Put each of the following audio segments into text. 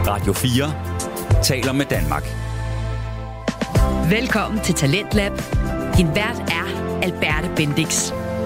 Radio 4 taler med Danmark. Velkommen til Talentlab. Din vært er Alberte Bendix.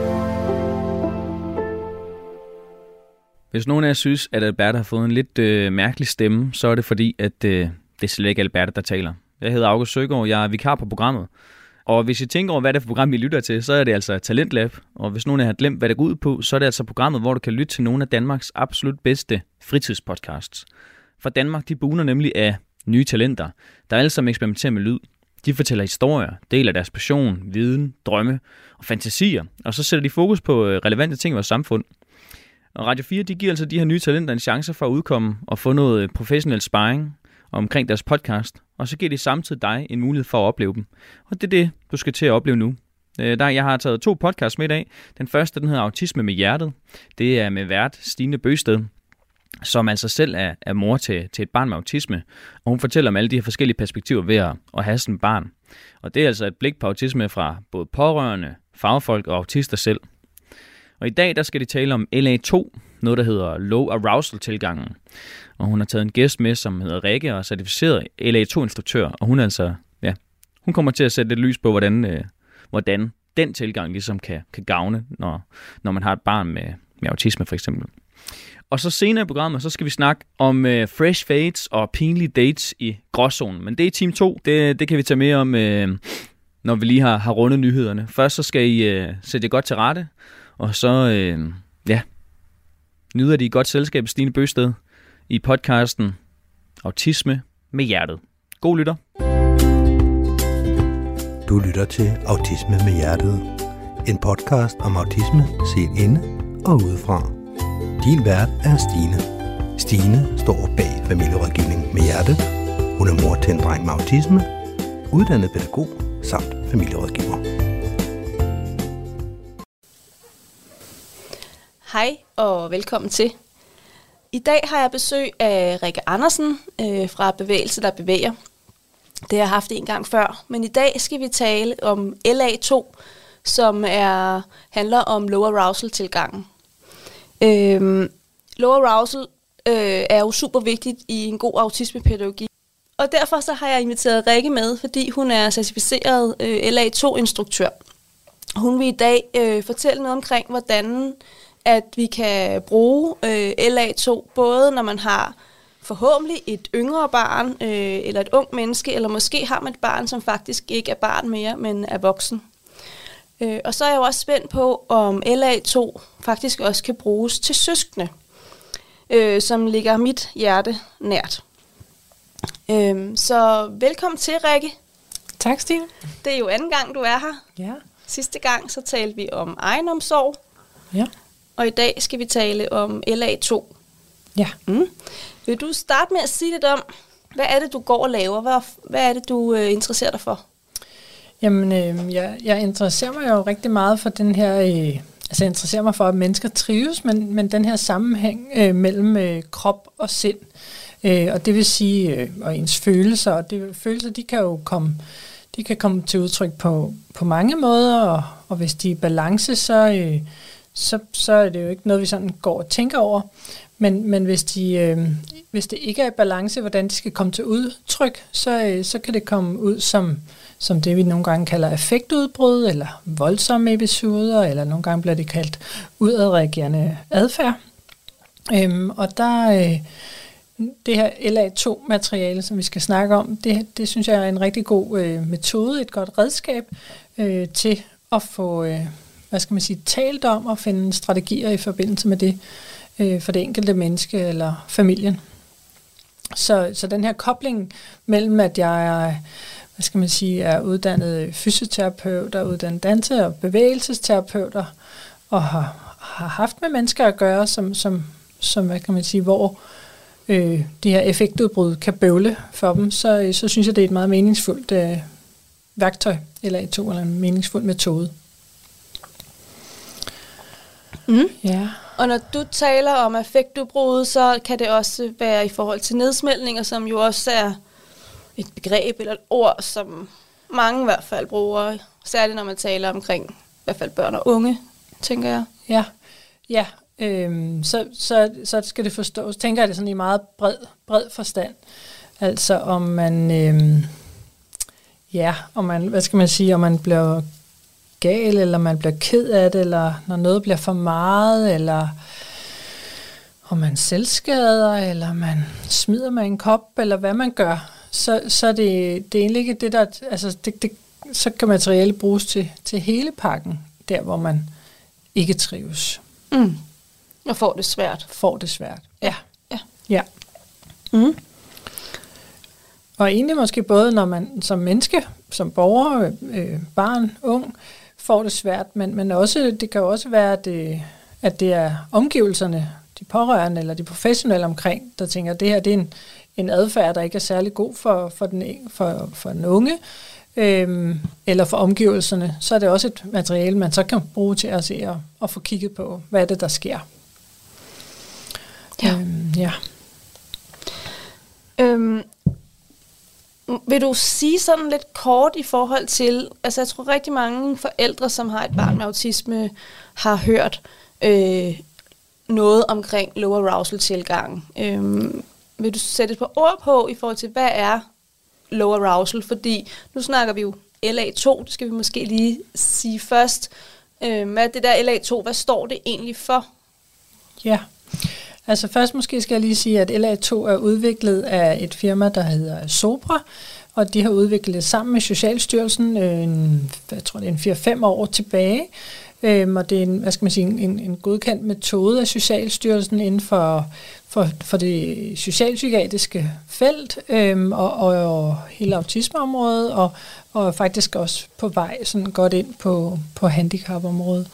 Hvis nogen af jer synes, at Alberte har fået en lidt mærkelig stemme, så er det fordi, at det er slet ikke Alberte, der taler. Jeg hedder August Søgaard, jeg er vikar på programmet. Og hvis I tænker over, hvad det er for program, I lytter til, så er det altså Talentlab. Og hvis nogen af jer har glemt, hvad det går ud på, så er det altså programmet, hvor du kan lytte til nogle af Danmarks absolut bedste fritidspodcasts. For Danmark, de buner nemlig af nye talenter, der alle sammen eksperimenterer med lyd. De fortæller historier, deler deres passion, viden, drømme og fantasier, og så sætter de fokus på relevante ting i vores samfund. Og Radio 4, de giver altså de her nye talenter en chance for at udkomme og få noget professionel sparring omkring deres podcast, og så giver de samtidig dig en mulighed for at opleve dem. Og det er det, du skal til at opleve nu. Jeg har taget 2 podcasts med i dag. Den første, den hedder Autisme med hjertet. Det er med vært Stine Bøsted, som altså selv er mor til et barn med autisme, og hun fortæller om alle de her forskellige perspektiver ved at have sådan et barn. Og det er altså et blik på autisme fra både pårørende, fagfolk og autister selv. Og i dag, der skal de tale om LA2, noget der hedder Low Arousal-tilgangen. Og hun har taget en gæst med, som hedder Rikke, og er certificeret LA2-instruktør, og hun kommer til at sætte lidt lys på, hvordan den tilgang ligesom kan gavne, når man har et barn med autisme for eksempel. Og så senere i programmet, så skal vi snakke om fresh fades og pinlige dates i gråzonen. Men det er team 2, det kan vi tage med om, når vi lige har rundet nyhederne. Først så skal I sætte jer godt til rette, og så nyder de i godt selskab Stine Bøsted i podcasten Autisme med hjertet. God lytter. Du lytter til Autisme med hjertet. En podcast om autisme set inde og udefra. Din vært er Stine. Stine står bag familierådgivning med hjertet. Hun er mor til en dreng med autisme, uddannet pædagog samt familierådgiver. Hej og velkommen til. I dag har jeg besøg af Rikke Andersen fra Bevægelse, der bevæger. Det har jeg haft en gang før, men i dag skal vi tale om LA2, som handler om low arousal-tilgangen. Low arousal er jo super vigtigt i en god autismepædagogik. Og derfor så har jeg inviteret Rikke med, fordi hun er certificeret LA2-instruktør. Hun vil i dag fortælle noget omkring, hvordan at vi kan bruge LA2, både når man har forhåbentlig et yngre barn, eller et ung menneske, eller måske har man et barn, som faktisk ikke er barn mere, men er voksen. Og så er jeg jo også spændt på, om LA2 faktisk også kan bruges til søskende, som ligger mit hjerte nært. Så velkommen til, Rikke. Tak, Stine. Det er jo anden gang, du er her. Ja. Sidste gang så talte vi om egenomsorg. Ja. Og i dag skal vi tale om LA2. Ja. Vil du starte med at sige lidt om, hvad er det, du går og laver? Hvad er det, du interesserer dig for? Jamen, jeg interesserer mig jo rigtig meget for den her... jeg interesserer mig for, at mennesker trives, men den her sammenhæng mellem krop og sind. Og det vil sige, og ens følelser. Og følelser, de kan jo komme til udtryk på mange måder. Og hvis de er i balance, så er det jo ikke noget, vi sådan går og tænker over. Men hvis det ikke er i balance, hvordan de skal komme til udtryk, så kan det komme ud som det, vi nogle gange kalder affektudbrud, eller voldsomme episoder, eller nogle gange bliver det kaldt udadreagerende adfærd. Og der det her LA2-materiale, som vi skal snakke om, det synes jeg er en rigtig god metode, et godt redskab til at få talt om og finde strategier i forbindelse med det for det enkelte menneske eller familien. Så den her kobling mellem, at jeg er uddannet fysioterapeut og uddannet danse- og bevægelsesterapeut og har haft med mennesker at gøre, hvor det her effektudbrud kan bøvle for dem, så synes jeg, det er et meget meningsfuldt værktøj, eller en meningsfuld metode. Ja. Og når du taler om affektudbrud, så kan det også være i forhold til nedsmeltninger, som jo også er et begreb eller et ord, som mange i hvert fald bruger, særligt når man taler omkring i hvert fald børn og unge, tænker jeg. Ja, så skal det forstås, tænker jeg det sådan i meget bred forstand. Altså om man, hvad skal man sige, om man bliver gal, eller man bliver ked af det, eller når noget bliver for meget, eller om man selvskader, eller man smider med en kop, eller hvad man gør, så det er egentlig ikke det der, altså så kan materiale bruges til hele pakken, der hvor man ikke trives. Og får det svært. Ja. Og egentlig måske både, når man som menneske, som borger, barn, ung, får det svært, men også, det kan jo også være, at det er omgivelserne, de pårørende eller de professionelle omkring, der tænker, at det her det er en adfærd, der ikke er særlig god for den unge, eller for omgivelserne. Så er det også et materiale, man så kan bruge til at se og få kigget på, hvad er det, der sker. Ja. Vil du sige sådan lidt kort i forhold til, altså jeg tror rigtig mange forældre, som har et barn med autisme, har hørt noget omkring low arousal tilgang. Vil du sætte et par ord på i forhold til, hvad er low arousal? Fordi nu snakker vi jo LA2, det skal vi måske lige sige først. Hvad er det der LA2, hvad står det egentlig for? Ja, altså først måske skal jeg lige sige, at LA2 er udviklet af et firma, der hedder Sopra, og de har udviklet det sammen med Socialstyrelsen, jeg tror det er 4-5 år tilbage. Og det er en godkendt metode af Socialstyrelsen inden for det socialpsykiatriske felt og hele autismeområdet, og faktisk også på vej sådan godt ind på handicapområdet.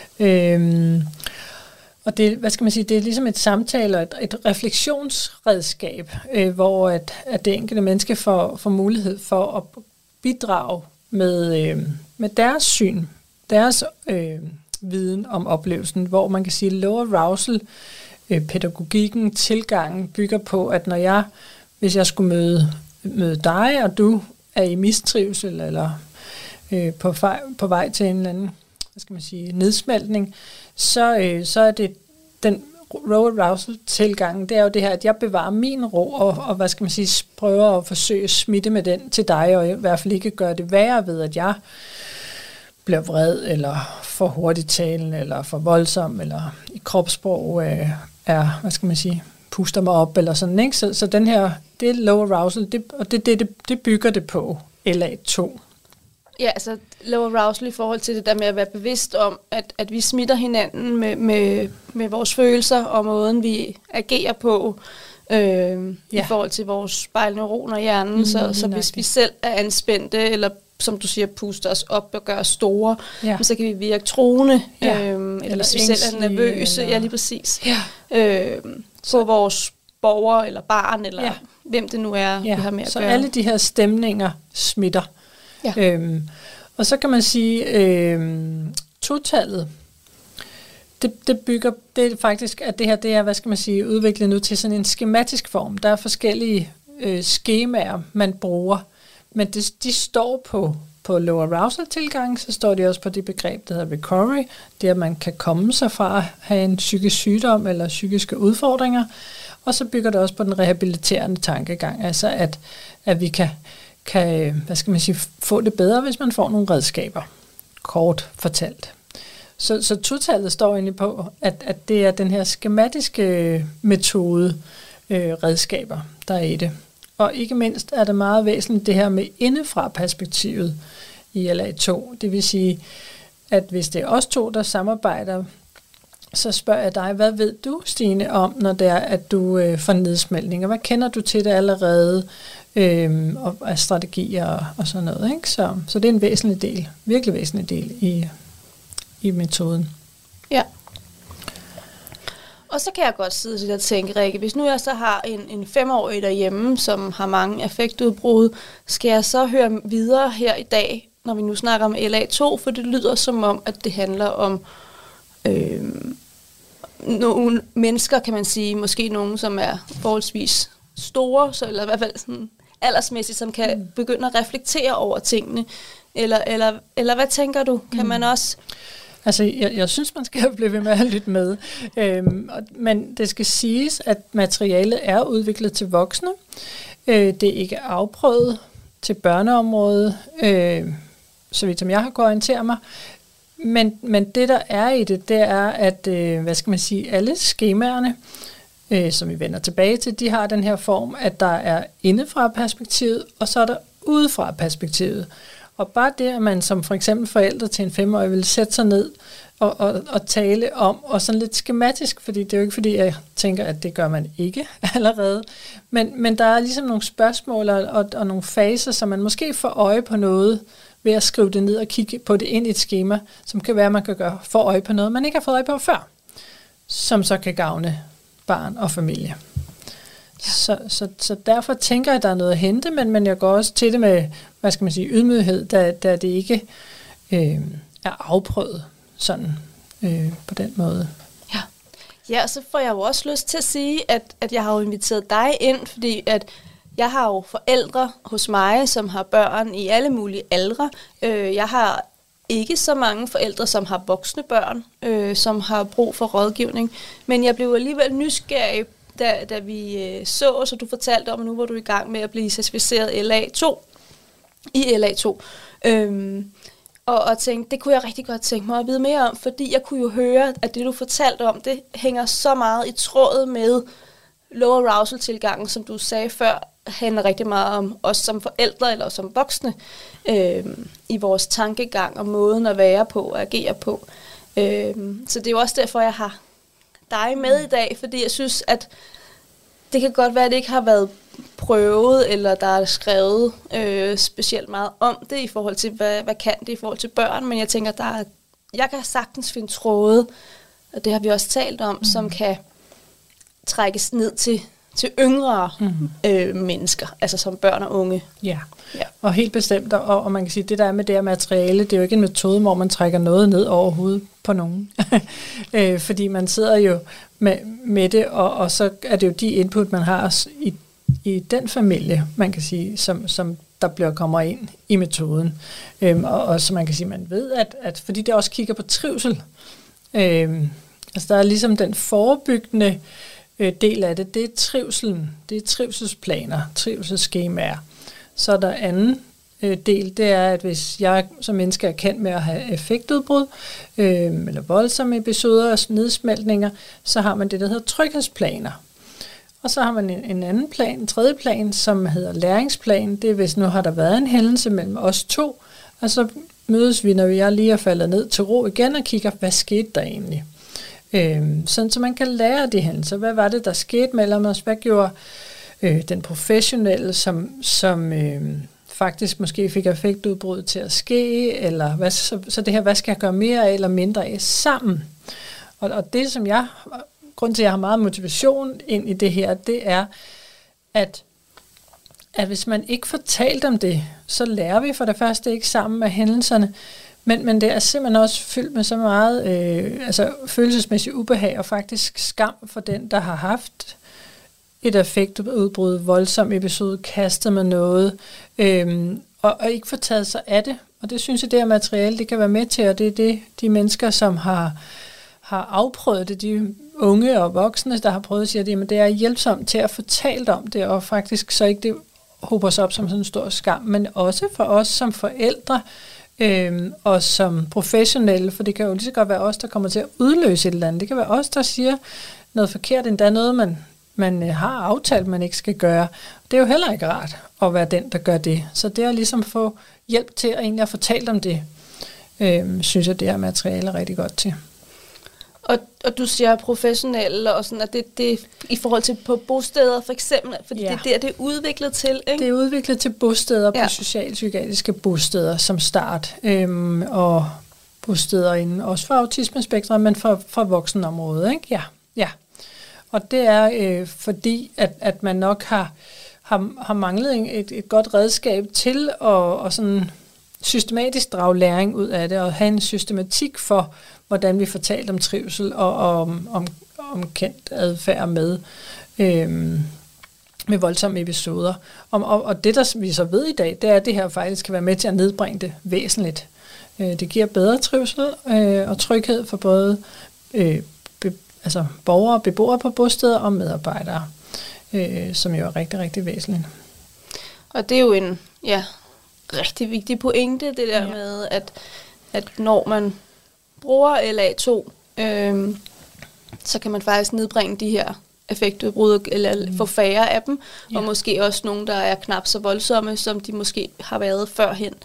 Og det, det er ligesom et samtale og et refleksionsredskab, hvor at det enkelte menneske får mulighed for at bidrage med deres syn, deres viden om oplevelsen, hvor man kan sige, at low arousal pædagogikken, tilgangen bygger på, at hvis jeg skulle møde dig, og du er i mistrivsel, eller på vej til en eller anden, nedsmeltning, så er det den low arousal tilgangen, det er jo det her, at jeg bevarer min ro, og prøver at forsøge at smitte med den til dig, og i hvert fald ikke gøre det værre ved, at jeg bliver vred, eller for hurtigt talen, eller for voldsom, eller i kropssprog puster mig op, eller sådan, ikke? Så den her, det er low arousal, det bygger det på LA2. Ja, altså low arousal i forhold til det der med at være bevidst om, at vi smitter hinanden med vores følelser, og måden vi agerer på, i forhold til vores spejlneuroner i hjernen, så hvis vi selv er anspændte, eller som du siger, puster os op og gør os store, så kan vi virke truende, eller hvis vi selv er nervøse, lige præcis, på vores borger, eller barn, eller hvem det nu er, vi har med at så gøre. alle de her stemninger smitter. Ja. Og så kan man sige, totallet, det bygger, det er faktisk, at det her, det er, udviklet nu til sådan en skematisk form. Der er forskellige skemaer, man bruger, men de står på low arousal tilgang, så står de også på det begreb, der hedder recovery, det at man kan komme sig fra at have en psykisk sygdom eller psykiske udfordringer, og så bygger det også på den rehabiliterende tankegang, altså at vi kan få det bedre, hvis man får nogle redskaber, kort fortalt. Så totallet står egentlig på, at det er den her skematiske metode, redskaber, der er i det. Og ikke mindst er det meget væsentligt det her med indefra-perspektivet i LA2. Det vil sige, at hvis det er os to, der samarbejder, så spørger jeg dig, hvad ved du, Stine, om, når det er, at du får nedsmeltninger? Hvad kender du til det allerede? Og af strategier og sådan noget, ikke? Så det er en væsentlig del, virkelig væsentlig del i metoden. Ja. Og så kan jeg godt sidde og tænke, Rikke, hvis nu jeg så har en 5-årig derhjemme, som har mange affektudbrud, skal jeg så høre videre her i dag, når vi nu snakker om LA2, for det lyder som om, at det handler om nogle mennesker, kan man sige, måske nogen, som er forholdsvis store, så, eller i hvert fald sådan aldersmæssigt, som kan begynde at reflektere over tingene. Eller hvad tænker du? Kan man også Altså, jeg synes, man skal blive ved med at lytte med. Men det skal siges, at materialet er udviklet til voksne. Det er ikke afprøvet til børneområdet, så vidt som jeg har kunnet orientere mig. Men det, der er i det er, at alle skemaerne, som vi vender tilbage til, de har den her form, at der er indefra perspektivet, og så er der udefra perspektivet. Og bare det, at man som for eksempel forældre til en 5-årig vil sætte sig ned og tale om, og sådan lidt skematisk, fordi det er jo ikke fordi, jeg tænker, at det gør man ikke allerede, men der er ligesom nogle spørgsmål og nogle faser, som man måske får øje på noget, ved at skrive det ned og kigge på det ind i et skema, som kan være, at man kan få øje på noget, man ikke har fået øje på før, som så kan gavne barn og familie. Ja. Så derfor tænker jeg, at der er noget at hente, men jeg går også til det med, ydmyghed, da det ikke er afprøvet sådan på den måde. Ja, og så får jeg jo også lyst til at sige, at jeg har jo inviteret dig ind, fordi at jeg har jo forældre hos mig, som har børn i alle mulige aldre. Jeg har ikke så mange forældre, som har voksne børn, som har brug for rådgivning. Men jeg blev alligevel nysgerrig, da vi så du fortalte om, at nu var du i gang med at blive certificeret i LA2. Og tænkte, det kunne jeg rigtig godt tænke mig at vide mere om, fordi jeg kunne jo høre, at det du fortalte om, det hænger så meget i tråd med low arousal-tilgangen, som du sagde før, handler rigtig meget om os som forældre eller som voksne i vores tankegang og måden at være på og agere på. Så det er jo også derfor, jeg har dig med i dag, fordi jeg synes, at det kan godt være, at det ikke har været prøvet, eller der er skrevet specielt meget om det i forhold til, hvad kan det i forhold til børn, men jeg tænker, jeg kan sagtens finde tråde, og det har vi også talt om, som kan trækkes ned til yngre mennesker, altså som børn og unge. Ja. Og helt bestemt, og man kan sige, det der er med det her materiale, det er jo ikke en metode, hvor man trækker noget ned over hovedet på nogen. Fordi man sidder jo med det, og så er det jo de input, man har i den familie, man kan sige, som der kommer ind i metoden. Og så man kan sige, man ved, at fordi det også kigger på trivsel, altså der er ligesom den forebyggende del af det, det er trivselen, det er trivselsplaner, trivselsskemaer. Så er der anden del, det er, at hvis jeg som menneske er kendt med at have effektudbrud, eller voldsomme episoder og nedsmeltninger, så har man det, der hedder tryghedsplaner. Og så har man en anden plan, en tredje plan, som hedder læringsplan. Det er, hvis nu har der været en hændelse mellem os to, og så mødes vi, når jeg lige er faldet ned til ro igen, og kigger, hvad skete der egentlig? Sådan, så man kan lære det hændelser. Hvad var det, der skete mellem os? Hvad gjorde den professionelle, som faktisk måske fik effektudbrud til at ske? Eller så det her, hvad skal jeg gøre mere af eller mindre af sammen? Og det, som grund til, at jeg har meget motivation ind i det her, det er, at hvis man ikke fortalt om det, så lærer vi for det første ikke sammen med hændelserne, men det er simpelthen også fyldt med så meget følelsesmæssig ubehag og faktisk skam for den, der har haft et affektudbrud, voldsom episode, kastet med noget, og ikke få taget sig af det. Og det synes jeg, det her materiale, det kan være med til, og det er det, de mennesker, som har afprøvet det, de unge og voksne, der har prøvet at sige, at det er hjælpsomt til at få talt om det, og faktisk så ikke det hober sig op som sådan en stor skam, men også for os som forældre, og som professionelle, for det kan jo lige så godt være os, der kommer til at udløse et eller andet. Det kan være os, der siger noget forkert, endda noget, man har aftalt, man ikke skal gøre. Det er jo heller ikke rart at være den, der gør det. Så det er ligesom at få hjælp til at egentlig at fortælle om det, synes jeg, det her materiale er rigtig godt til. Og du siger professionelle og sådan, at det i forhold til på bosteder for eksempel, fordi det er der, det er udviklet til, ikke? Det er udviklet til bosteder, på socialpsykiatriske bosteder som start, og bosteder inden, også for autismespektret, men for voksenområdet, ikke? Ja. Og det er fordi, at man nok har manglet et godt redskab til at sådan systematisk drage læring ud af det, og have en systematik for, hvordan vi fortalte om trivsel og om kendt adfærd med voldsomme episoder. Og det, der vi så ved i dag, det er, at det her faktisk kan være med til at nedbringe det væsentligt. Det giver bedre trivsel og tryghed for både borgere og beboere på bosteder og medarbejdere, som jo er rigtig, rigtig væsentligt. Og det er jo en rigtig vigtig pointe, det der med, at når man bruger LA2, så kan man faktisk nedbringe de her effektudbrud, eller få færre af dem, og måske også nogle, der er knap så voldsomme, som de måske har været førhen.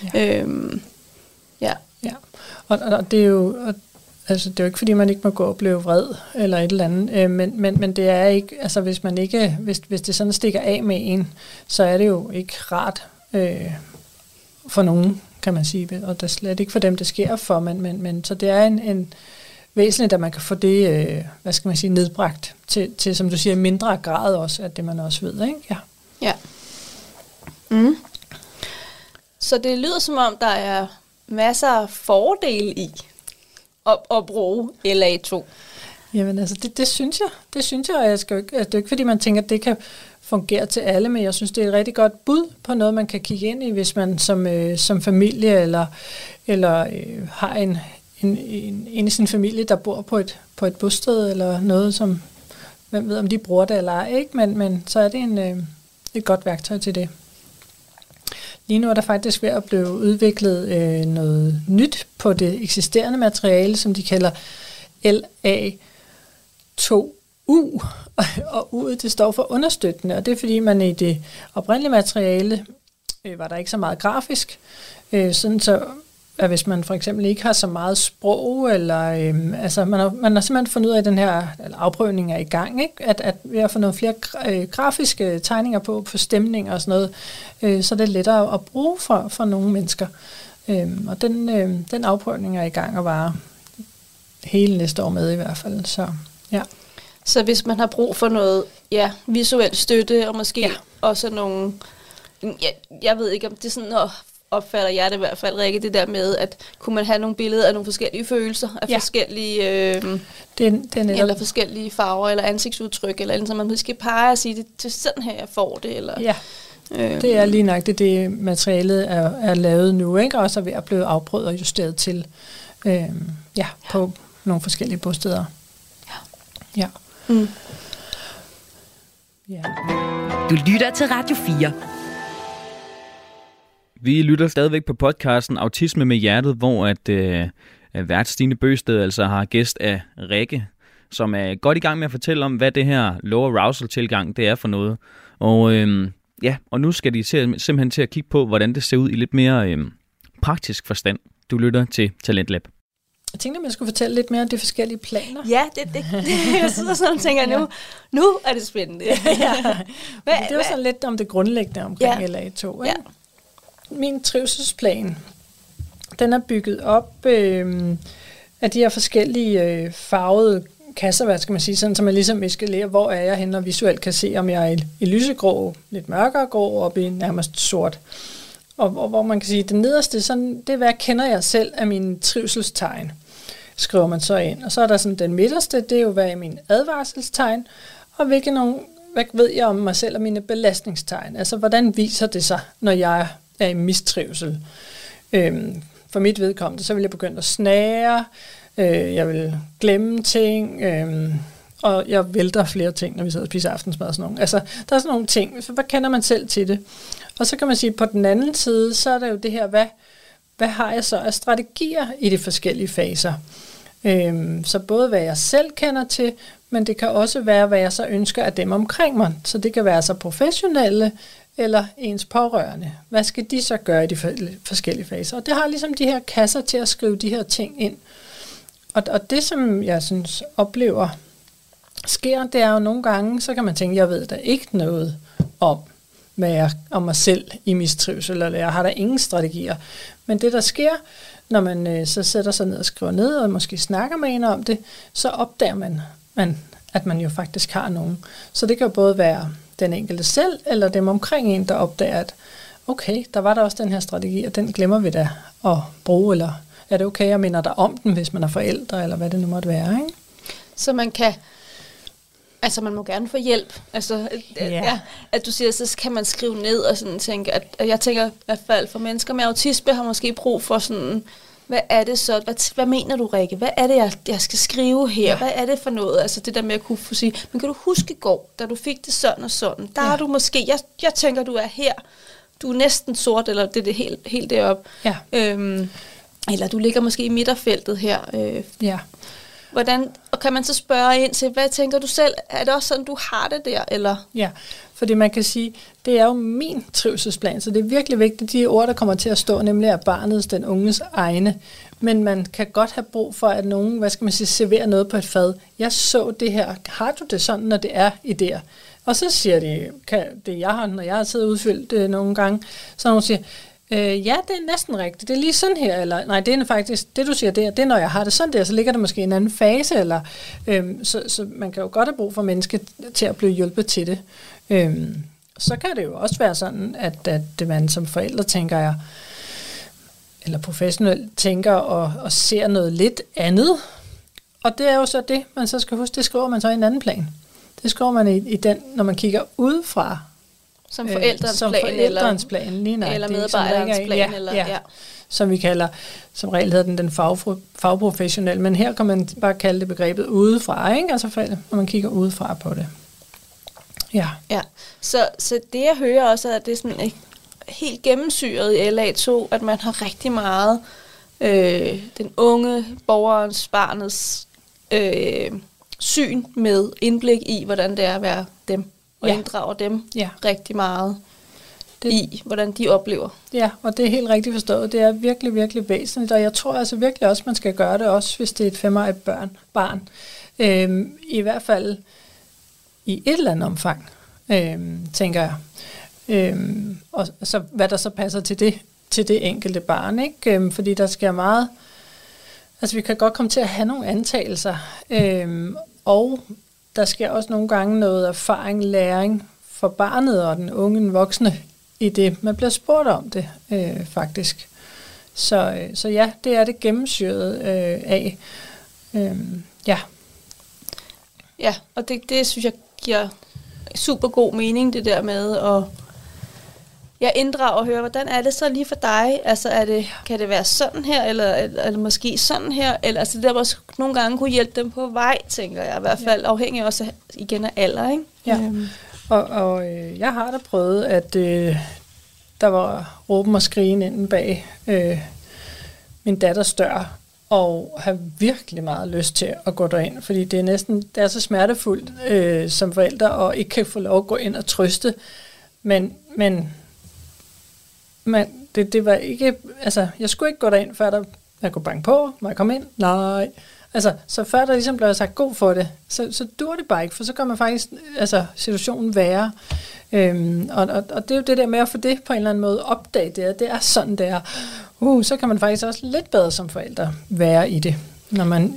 Og det er jo... Altså, det er jo ikke, fordi man ikke må gå og blive vred, eller et eller andet, men det er ikke, altså hvis man ikke, hvis det sådan stikker af med en, så er det jo ikke rart for nogen, kan man sige, og det er slet ikke for dem, det sker for, men så det er en væsentligt, at man kan få det, nedbragt til, som du siger, mindre grad også, at det man også ved, ikke? Ja. Mm. Så det lyder som om, der er masser af fordele i at bruge LA2. Jamen altså, det synes jeg. Det synes jeg, og det er jo ikke, fordi man tænker, at det kan fungere til alle, men jeg synes, det er et rigtig godt bud på noget, man kan kigge ind i, hvis man som familie eller har en i sin familie, der bor på et bosted, eller noget, som hvem ved, om de bruger det eller ej, ikke? Men så er det et godt værktøj til det. Lige nu er der faktisk ved at blive udviklet noget nyt på det eksisterende materiale, som de kalder LA2U, og U'et det står for understøttende, og det er fordi man i det oprindelige materiale var der ikke så meget grafisk, sådan så at hvis man for eksempel ikke har så meget sprog, eller man har simpelthen fundet ud af, at den her afprøvning er i gang, ikke? At ved at få nogle flere grafiske tegninger på stemning og sådan noget, så er det lettere at bruge for nogle mennesker. Og den afprøvning er i gang og varer hele næste år med i hvert fald. Så hvis man har brug for noget visuel støtte, og måske også nogle... Jeg ved ikke, om det er sådan... opfatter jeg det i hvert fald, Rikke, det der med, at kunne man have nogle billeder af nogle forskellige følelser, af forskellige eller forskellige farver, eller ansigtsudtryk, eller så man måske pege og sige, det er sådan her, jeg får det. Eller, det er lige nok det materialet er lavet nu, ikke? Og så ved at blive afprøvet og justeret til på nogle forskellige bosteder. Ja. Mm. Ja. Du lytter til Radio 4. Vi lytter stadigvæk på podcasten Autisme med Hjertet, hvor vært Stine Bøsted altså har gæst af Rikke, som er godt i gang med at fortælle om, hvad det her low arousal-tilgang det er for noget. Og nu skal de simpelthen til at kigge på, hvordan det ser ud i lidt mere praktisk forstand. Du lytter til Talentlab. Jeg tænkte, at jeg skulle fortælle lidt mere om de forskellige planer. Ja, det jeg sidder sådan og tænker, nu er det spændende. Det er jo sådan lidt om det grundlæggende omkring LA2. Ikke? Ja. Min trivselsplan, den er bygget op af de her forskellige farvede kasser, hvad skal man sige, sådan, så man ligesom skal lære, hvor er jeg henne, og visuelt kan se, om jeg er i lysegrå, lidt mørkere grå, og i nærmest sort. Og hvor man kan sige, det nederste, sådan, det er, hvad kender jeg selv af mine trivselstegn, skriver man så ind. Og så er der sådan den midterste, det er jo, hvad er mine advarselstegn, og hvad ved jeg om mig selv og mine belastningstegn. Altså, hvordan viser det sig, når jeg er i mistrivsel? For mit vedkommende, så vil jeg begynde at snære, jeg vil glemme ting, og jeg vælter flere ting, når vi sidder og spiser aftensmad og sådan nogle. Altså, der er sådan nogle ting. Hvad kender man selv til det? Og så kan man sige, på den anden side, så er der jo det her, hvad har jeg så af strategier i de forskellige faser? Så både hvad jeg selv kender til, men det kan også være, hvad jeg så ønsker af dem omkring mig. Så det kan være så professionelle eller ens pårørende. Hvad skal de så gøre i de forskellige faser? Og det har ligesom de her kasser til at skrive de her ting ind. Og det, som jeg synes oplever sker, det er jo nogle gange, så kan man tænke, jeg ved da ikke noget om mig selv i mistrivsel, eller jeg har der ingen strategier. Men det, der sker, når man så sætter sig ned og skriver ned, og måske snakker med en om det, så opdager man, at man jo faktisk har nogen. Så det kan jo både være den enkelte selv, eller dem omkring en, der opdager, at okay, der var der også den her strategi, og den glemmer vi da at bruge, eller er det okay, jeg minder dig om den, hvis man er forældre, eller hvad det nu måtte være, ikke? Så man kan Altså, man må gerne få hjælp. Altså, at du siger, så kan man skrive ned og sådan tænke, at jeg tænker i hvert fald, for mennesker med autisme har måske brug for sådan, hvad er det så? Hvad mener du, Rikke? Hvad er det, jeg skal skrive her? Ja. Hvad er det for noget? Altså, det der med at kunne få sige, men kan du huske i går, da du fik det sådan og sådan? Der er du måske, jeg tænker, du er her. Du er næsten sort, eller det er helt deroppe. Ja. Eller du ligger måske i midterfeltet her. Hvordan, og kan man så spørge ind til, hvad tænker du selv? Er det også sådan, du har det der? Eller? Ja, fordi man kan sige, det er jo min trivselsplan, så det er virkelig vigtigt, de ord, der kommer til at stå, nemlig er barnets, den unges egne. Men man kan godt have brug for, at nogen, serverer noget på et fad. Jeg så det her. Har du det sådan, når det er idéer? Og så siger de, det jeg har, når jeg har siddet udfyldt nogle gange, så nogen siger, ja, det er næsten rigtigt. Det er lige sådan her, eller nej, det er faktisk, det du siger, det er når jeg har det sådan der, så ligger der måske en anden fase, eller så man kan jo godt have brug for mennesker til at blive hjulpet til det. Så kan det jo også være sådan, at man som forældre tænker jeg, eller professionelt tænker og ser noget lidt andet. Og det er jo så det, man så skal huske, det skriver man så i en anden plan. Det skriver man i den, når man kigger udefra. Som forældrens plan, lige nok. Eller medarbejderens plan. Eller. Som vi kalder, som regel hedder den fagprofessionel. Men her kan man bare kalde det begrebet udefra, ikke? Altså når man kigger udefra på det. Ja. Så det jeg hører også, er, at det er sådan helt gennemsyret i LA2, at man har rigtig meget den unge borgerens, barnets syn med indblik i, hvordan det er at være dem. Og inddrager dem rigtig meget i, hvordan de oplever. Ja, og det er helt rigtigt forstået. Det er virkelig, virkelig væsentligt, og jeg tror altså virkelig også, man skal gøre det også, hvis det er et 5-årigt barn. I hvert fald i et eller andet omfang, tænker jeg. Og så, hvad der så passer til det enkelte barn, ikke? Fordi der sker meget. Altså vi kan godt komme til at have nogle antagelser, og der sker også nogle gange noget erfaring, læring for barnet og den unge voksne i det, man bliver spurgt om det, faktisk. Så ja, det er det gennemsyret af. Ja, og det synes jeg giver super god mening, det der med at inddrage og høre, hvordan er det så lige for dig? Altså, kan det være sådan her, eller er det måske sådan her? Eller altså, det der også nogle gange kunne hjælpe dem på vej, tænker jeg i hvert fald, afhængig også igen af alder, ikke? Ja, og jeg har da prøvet, at der var råben og skrigen inden bag min datters dør, og have virkelig meget lyst til at gå derind, fordi det er så smertefuldt som forælder, og ikke kan få lov at gå ind og trøste, men det var ikke, altså jeg skulle ikke gå derind, før jeg kunne banke på, må jeg komme ind? Nej. Altså, så før der ligesom blev sagt god for det, så dur det bare ikke, for så gør man faktisk situationen værre. Og det er jo det der med at få det på en eller anden måde opdage det er sådan det er. Så kan man faktisk også lidt bedre som forældre være i det, når man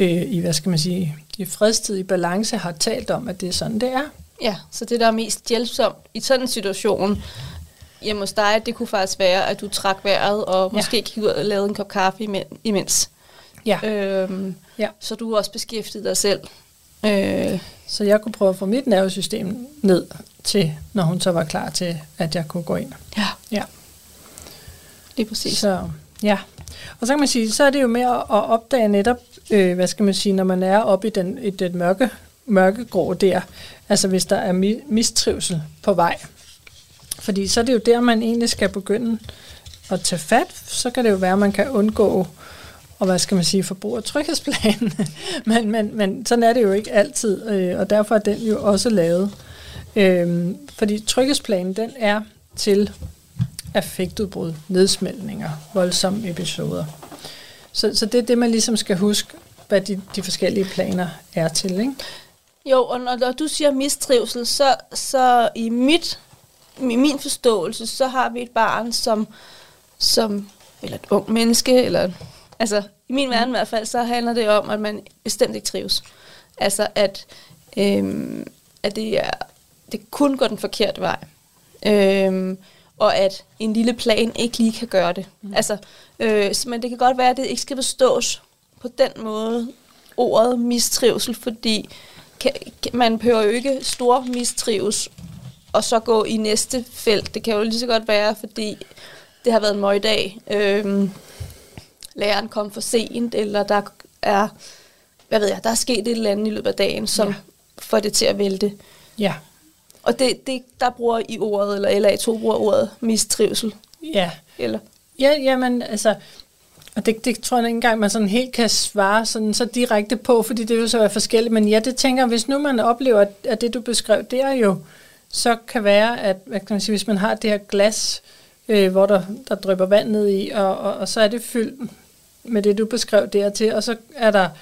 i fredstid, i balance har talt om, at det er sådan det er. Ja, så det der er mest hjælpsomt i sådan en situation, hjemme hos dig, det kunne faktisk være, at du trak vejret, og måske gik ud og lavede en kop kaffe imens. Ja. Så du også beskæftigede dig selv. Så jeg kunne prøve at få mit nervesystem ned til, når hun så var klar til, at jeg kunne gå ind. Ja. Lige præcis. Så, ja. Og så kan man sige, så er det jo med at opdage netop, når man er oppe i den mørkegrå der, altså hvis der er mistrivsel på vej. Fordi så er det jo der, man egentlig skal begynde at tage fat. Så kan det jo være, at man kan undgå og forbrug af tryghedsplanen. men sådan er det jo ikke altid, og derfor er den jo også lavet. Fordi tryghedsplanen, den er til affektudbrud, nedsmeltninger, voldsomme episoder. Så det er det, man ligesom skal huske, hvad de forskellige planer er til, ikke? Jo, og når du siger mistrivsel, så i min forståelse, så har vi et barn, som eller et ung menneske, eller altså i min verden i hvert fald, så handler det om, at man bestemt ikke trives. Altså at det kun går den forkerte vej. Og at en lille plan ikke lige kan gøre det. Altså, men det kan godt være, at det ikke skal forstås på den måde, ordet mistrivsel, fordi man behøver jo ikke stor mistrives, og så gå i næste felt. Det kan jo lige så godt være, fordi det har været en møgdag. Læreren kom for sent, eller der er, der er sket et eller andet i løbet af dagen, som får det til at vælte. Ja. Og der bruger I ordet, eller LA2 bruger ordet mistrivsel. Ja. Eller? Ja, jamen, altså, og det tror jeg ikke engang, man sådan helt kan svare sådan, så direkte på, fordi det jo så er forskelligt. Men ja, det tænker jeg, hvis nu man oplever, at det du beskrev, det er jo, så kan være, at hvad kan man sige, hvis man har det her glas, hvor der drypper vand ned i, og så er det fyldt med det, du beskrev dertil, og så er der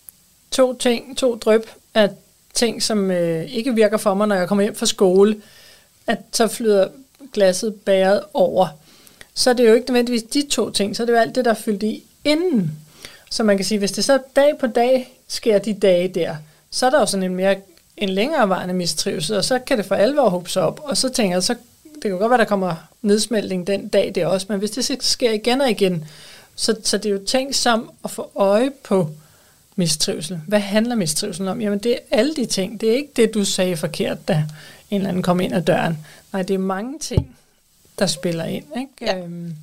to dryp af ting, som ikke virker for mig, når jeg kommer hjem fra skole, at så flyder glasset bæret over. Så er det jo ikke nødvendigvis de 2 ting, så er det jo alt det, der er fyldt i inden. Så man kan sige, hvis det så dag på dag sker de dage der, så er der jo sådan en længerevarende mistrivsel, og så kan det for alvor hobe sig op. Og så tænker jeg, så det kan godt være, der kommer nedsmeltning den dag der også, men hvis det sker igen og igen, så det er jo tænkt som at få øje på mistrivsel. Hvad handler mistrivsel om? Jamen det er alle de ting. Det er ikke det, du sagde forkert, da en eller anden kom ind ad døren. Nej, det er mange ting, der spiller ind. Ikke? Ja.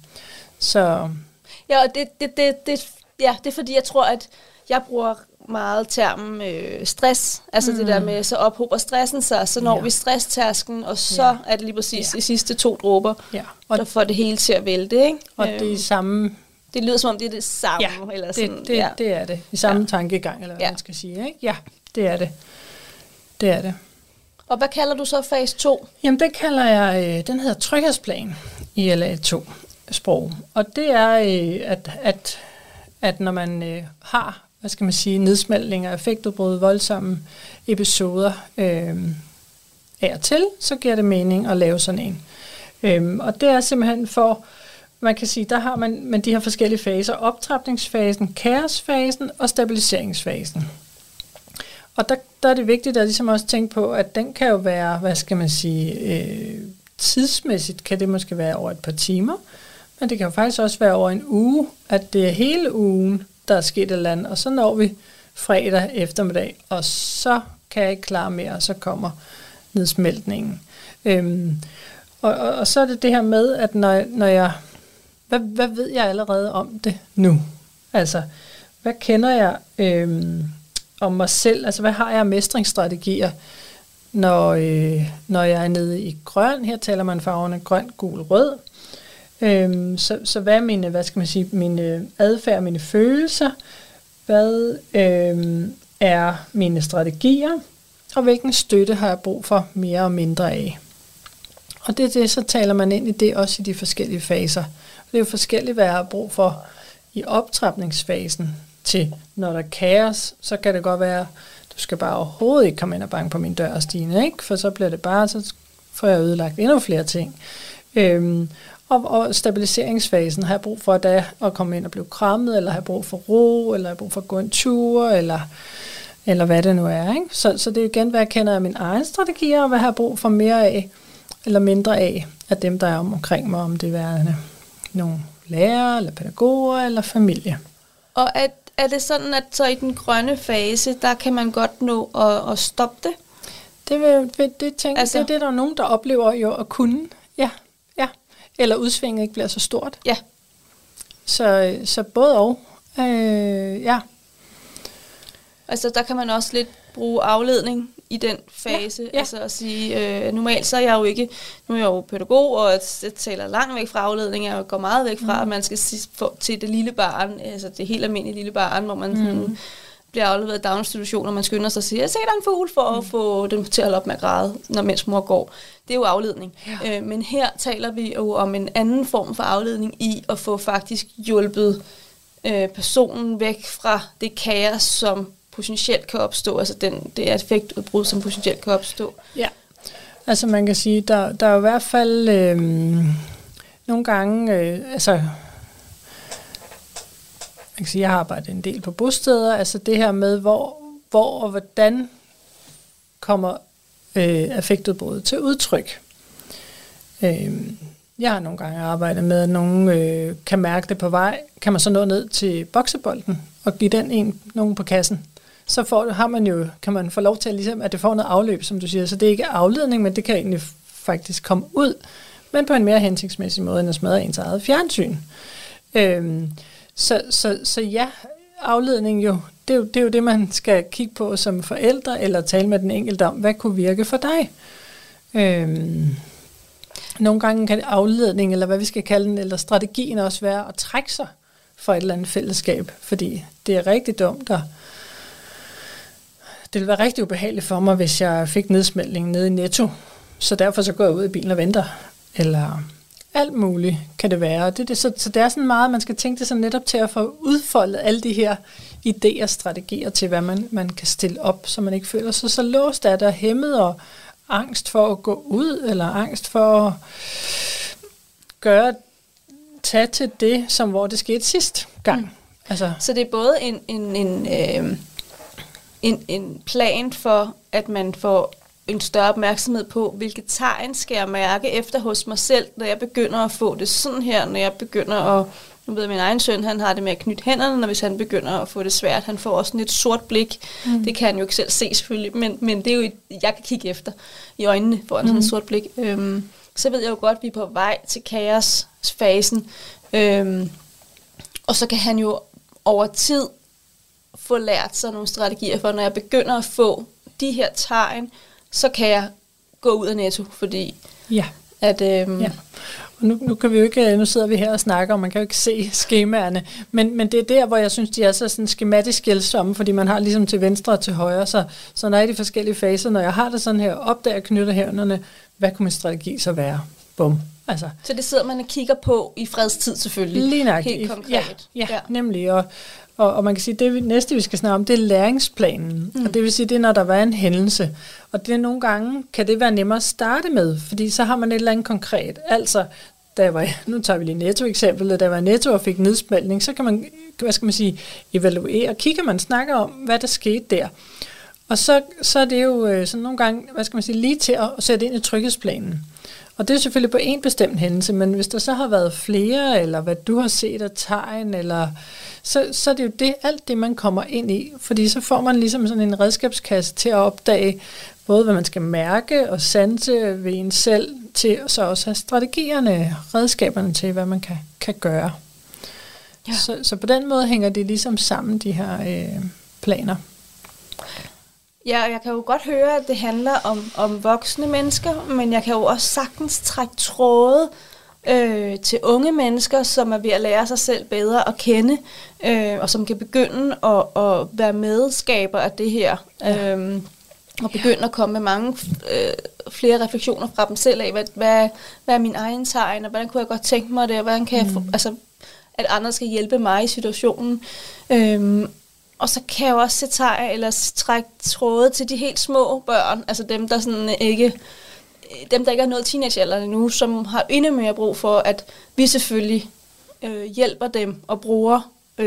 Så. Ja, og det er fordi, jeg tror, at jeg bruger meget termen stress. Altså det der med, så ophober stressen sig, så når vi stresstærsken, og så er det lige præcis de sidste 2 dråber, der får det hele til at vælte. Ikke? Og det er samme. Det lyder som om, det er det samme. Ja, eller sådan, det er det. I samme tankegang, eller hvad man skal sige. Ikke? Ja, det er det. Det er det. Og hvad kalder du så fase 2? Jamen, det kalder jeg, den hedder tryghedsplan i LA2-sprog. Og det er, at når man har, hvad skal man sige, nedsmeltninger, effektudbrud, voldsomme episoder af og til, så giver det mening at lave sådan en. Og det er simpelthen for, man kan sige, der har man de her forskellige faser, optrapningsfasen, kaosfasen og stabiliseringsfasen. Og der er det vigtigt at ligesom også tænke på, at den kan jo være, hvad skal man sige, tidsmæssigt kan det måske være over et par timer, men det kan jo faktisk også være over en uge, at det er hele ugen, der er sket et eller andet, og så når vi fredag eftermiddag, og så kan jeg ikke klare mere, og så kommer nedsmeltningen. Og så er det her med, at når jeg, hvad ved jeg allerede om det nu? Altså, hvad kender jeg om mig selv? Altså, hvad har jeg af mestringsstrategier, når jeg er nede i grøn? Her taler man farverne grøn, gul, rød. Så hvad er mine, hvad skal man sige, mine adfærd, mine følelser? Hvad er mine strategier? Og hvilken støtte har jeg brug for mere og mindre af? Og det, så taler man ind i det også i de forskellige faser. Det er jo forskelligt, hvad jeg har brug for i optrapningsfasen til, når der er kaos, så kan det godt være, du skal bare overhovedet ikke komme ind og banke på min dør, Stine, ikke? For så bliver det bare, så får jeg ødelagt endnu flere ting. Og stabiliseringsfasen har jeg brug for at komme ind og blive krammet, eller har jeg brug for ro, eller har jeg brug for at gå en tur, eller hvad det nu er, ikke? Så det er igen, hvad jeg kender af mine egne strategier, og hvad jeg har brug for mere af, eller mindre af dem, der er omkring mig, om det er nogle lærere, eller pædagoger, eller familie. Og er det sådan, at så i den grønne fase, der kan man godt nå at stoppe det? Det tænker altså, det er der nogen, der oplever jo at kunne. Ja. Eller udsvinget ikke bliver så stort. Ja. Så både og. Ja. Altså der kan man også lidt bruge afledning i den fase. Ja. Altså at sige, normalt så er jeg jo ikke, nu er jeg jo pædagog, og jeg taler langt væk fra afledning, jeg går meget væk fra, at man skal få til det lille barn, altså det helt almindelige lille barn, hvor man sådan bliver afleveret i daginstitution, og man skynder sig og siger, jeg ser der en fugl for at få den til at holde op med at græde, mens mor går. Det er jo afledning. Ja. Men her taler vi jo om en anden form for afledning i at få faktisk hjulpet personen væk fra det kaos, som potentielt kan opstå, altså det effektudbrud, som potentielt kan opstå. Ja, altså man kan sige, der er i hvert fald nogle gange, altså man kan sige, jeg har arbejdet en del på bosteder, altså det her med, hvor og hvordan kommer affektudbruddet til udtryk. Jeg har nogle gange arbejdet med, at nogen kan mærke det på vej. Kan man så nå ned til boksebolden og give den nogen på kassen, så kan man få lov til, ligesom, at det får noget afløb, som du siger. Så det er ikke afledning, men det kan egentlig faktisk komme ud, men på en mere hensigtsmæssig måde, end at smadre ens eget fjernsyn. Så ja, afledning jo, det er jo det, man skal kigge på som forældre, eller tale med den enkelte om, hvad kunne virke for dig. Nogle gange kan afledning, eller hvad vi skal kalde den, eller strategien også være at trække sig fra et eller andet fællesskab, fordi det er rigtig dumt. Det ville være rigtig ubehageligt for mig, hvis jeg fik nedsmeltning nede i Netto, så derfor så går jeg ud i bilen og venter, eller alt muligt kan det være. Så det er sådan meget, man skal tænke det sådan netop til at få udfoldet alle de her idéer og strategier til, hvad man kan stille op, så man ikke føler sig så låst af det og hæmmet og angst for at gå ud, eller angst for at tage til det, som hvor det skete sidst gang. Altså. Så det er både en plan for, at man får en større opmærksomhed på, hvilke tegn skal jeg mærke efter hos mig selv, når jeg begynder at få det sådan her, når jeg begynder at, nu ved jeg, min egen søn, han har det med at knytte hænderne, når hvis han begynder at få det svært, han får også sådan et sort blik, det kan han jo ikke selv se selvfølgelig, men det er jo, jeg kan kigge efter i øjnene, får han sådan et sort blik. Så ved jeg jo godt, at vi er på vej til kaosfasen, og så kan han jo over tid få lært sig nogle strategier for, når jeg begynder at få de her tegn, så kan jeg gå ud af Netto, fordi at... Og nu kan vi jo ikke, nu sidder vi her og snakker, og man kan jo ikke se skemaerne, men det er der, hvor jeg synes, de er så sådan skematisk hjælpsomme, fordi man har ligesom til venstre og til højre, så når jeg er i de forskellige faser, når jeg har det sådan her, opdager knytter hænderne, hvad kunne min strategi så være? Bum. Altså. Så det sidder man og kigger på i fredstid selvfølgelig. Lige nok. Helt konkret. Ja, nemlig. Og man kan sige, det næste, vi skal snakke om, det er læringsplanen. Og det vil sige, det er, når der var en hændelse. Og det nogle gange kan det være nemmere at starte med, fordi så har man et eller andet konkret. Altså, nu tager vi lige Netto-eksemplet, da jeg var Netto og fik nedsmeltning, så kan man, evaluere, kigger man, snakker om, hvad der skete der. Og så er det jo sådan nogle gange, lige til at sætte ind i tryghedsplanen. Og det er selvfølgelig på en bestemt hændelse, men hvis der så har været flere, eller hvad du har set af tegn, eller så er det jo alt det, man kommer ind i. Fordi så får man ligesom sådan en redskabskasse til at opdage, både hvad man skal mærke og sanse ved en selv, til så også have strategierne, redskaberne til, hvad man kan gøre. Ja. Så på den måde hænger det ligesom sammen, de her planer. Ja, og jeg kan jo godt høre, at det handler om voksne mennesker, men jeg kan jo også sagtens trække tråde til unge mennesker, som er ved at lære sig selv bedre at kende, og som kan begynde at være medskaber af det her, og begynde at komme med mange flere refleksioner fra dem selv af, hvad er min egen tegn, og hvordan kunne jeg godt tænke mig det, og hvordan kan jeg få, altså, at andre skal hjælpe mig i situationen. Og så kan jeg jo også sætte tegn eller trække tråde til de helt små børn, altså dem, der sådan ikke er nået teenagealderen endnu, som har endnu mere brug for, at vi selvfølgelig hjælper dem og bruger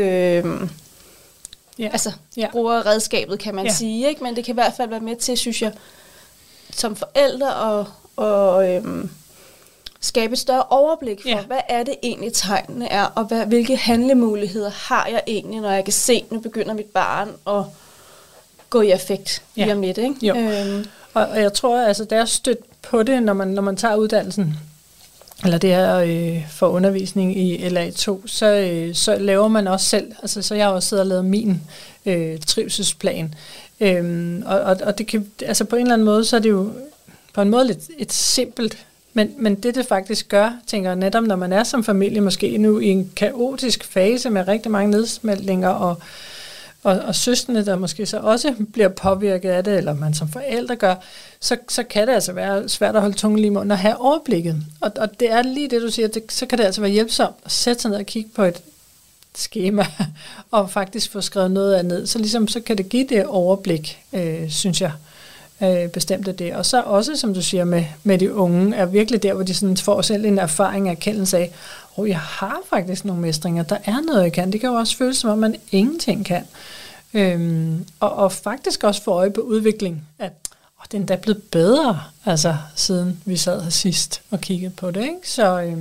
bruger redskabet, kan man sige, ikke? Men det kan i hvert fald være med til, synes jeg, som forældre og skabe et større overblik for, hvad er det egentlig tegnene er, og hvilke handlemuligheder har jeg egentlig, når jeg kan se, nu begynder mit barn at gå i affekt lige om lidt, ikke? Jo. Og jeg tror, altså, der er stødt på det, når man tager uddannelsen, eller det her for undervisning i LA2, så laver man også selv, altså så jeg har også siddet og lavet min trivselsplan, og det kan, altså på en eller anden måde, så er det jo på en måde lidt et simpelt, men det faktisk gør, tænker jeg, netop når man er som familie måske nu i en kaotisk fase med rigtig mange nedsmeltninger og søskende, der måske så også bliver påvirket af det, eller man som forældre gør, så kan det altså være svært at holde tungen lige i munden og have overblikket. Og det er lige det, du siger, så kan det altså være hjælpsomt at sætte sig ned og kigge på et skema, og faktisk få skrevet noget af ned. Så ligesom, så kan det give det overblik, synes jeg, bestemt af det. Og så også, som du siger, med de unge, er virkelig der, hvor de sådan får selv en erfaring af erkendelse af, jeg har faktisk nogle mestringer, der er noget, jeg kan. Det kan jo også føles, som om man ingenting kan. Og faktisk også få øje på udvikling, at den er da blevet bedre, altså siden vi sad her sidst og kiggede på det, ikke?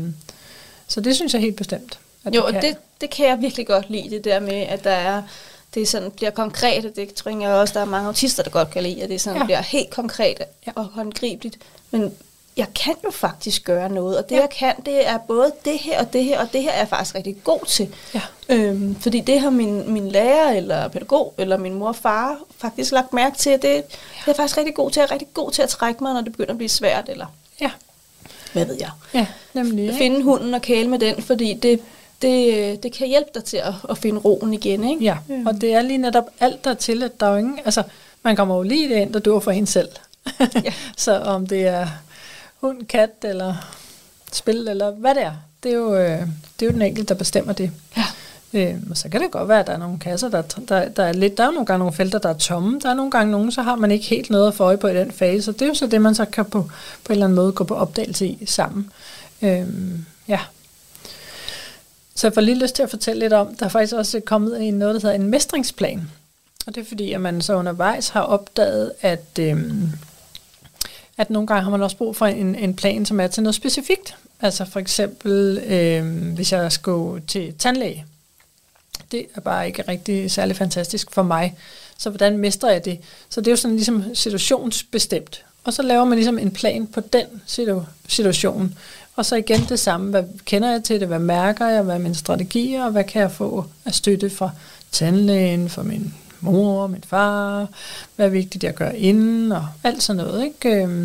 Så det synes jeg helt bestemt. Jo, og det kan jeg virkelig godt lide, det der med, at der det sådan bliver konkret, og det tror jeg også, der er mange autister, der godt kan lide, at det sådan bliver helt konkret og håndgribeligt. Men jeg kan jo faktisk gøre noget, og det jeg kan, det er både det her og det her, og det her er jeg faktisk rigtig god til. Ja. Fordi det har min lærer, eller pædagog, eller min mor og far faktisk lagt mærke til, at det er jeg faktisk rigtig god til. Jeg er rigtig god til at trække mig, når det begynder at blive svært, eller hvad ved jeg. Ja, nemlig. Finde hunden og kæle med den, fordi det kan hjælpe dig til at finde roen igen, ikke? Ja, og det er lige netop alt der til, at der er jo ingen, altså man kommer jo lige ind, der dør for en selv. Så om det er hund, kat eller spil eller hvad det er, det er jo den enkelte, der bestemmer det. Ja. Og så kan det godt være, at der er nogle kasser, der er lidt, der er jo nogle gange nogle felter, der er tomme. Der er nogle gange nogen, så har man ikke helt noget at få øje på i den fase, og det er jo så det, man så kan på en eller anden måde gå på opdagelse i sammen. Ja. Så jeg får lige lyst til at fortælle lidt om, der er faktisk også kommet noget, der hedder en mestringsplan. Og det er fordi, at man så undervejs har opdaget, at nogle gange har man også brug for en plan, som er til noget specifikt. Altså for eksempel, hvis jeg skal gå til tandlæge. Det er bare ikke rigtig særlig fantastisk for mig. Så hvordan mestrer jeg det? Så det er jo sådan ligesom situationsbestemt. Og så laver man ligesom en plan på den situation. Og så igen det samme. Hvad kender jeg til det? Hvad mærker jeg? Hvad er mine strategier? Og hvad kan jeg få af støtte fra tandlægen, fra min mor, min far? Hvad er vigtigt at gøre inden? Og alt sådan noget, ikke?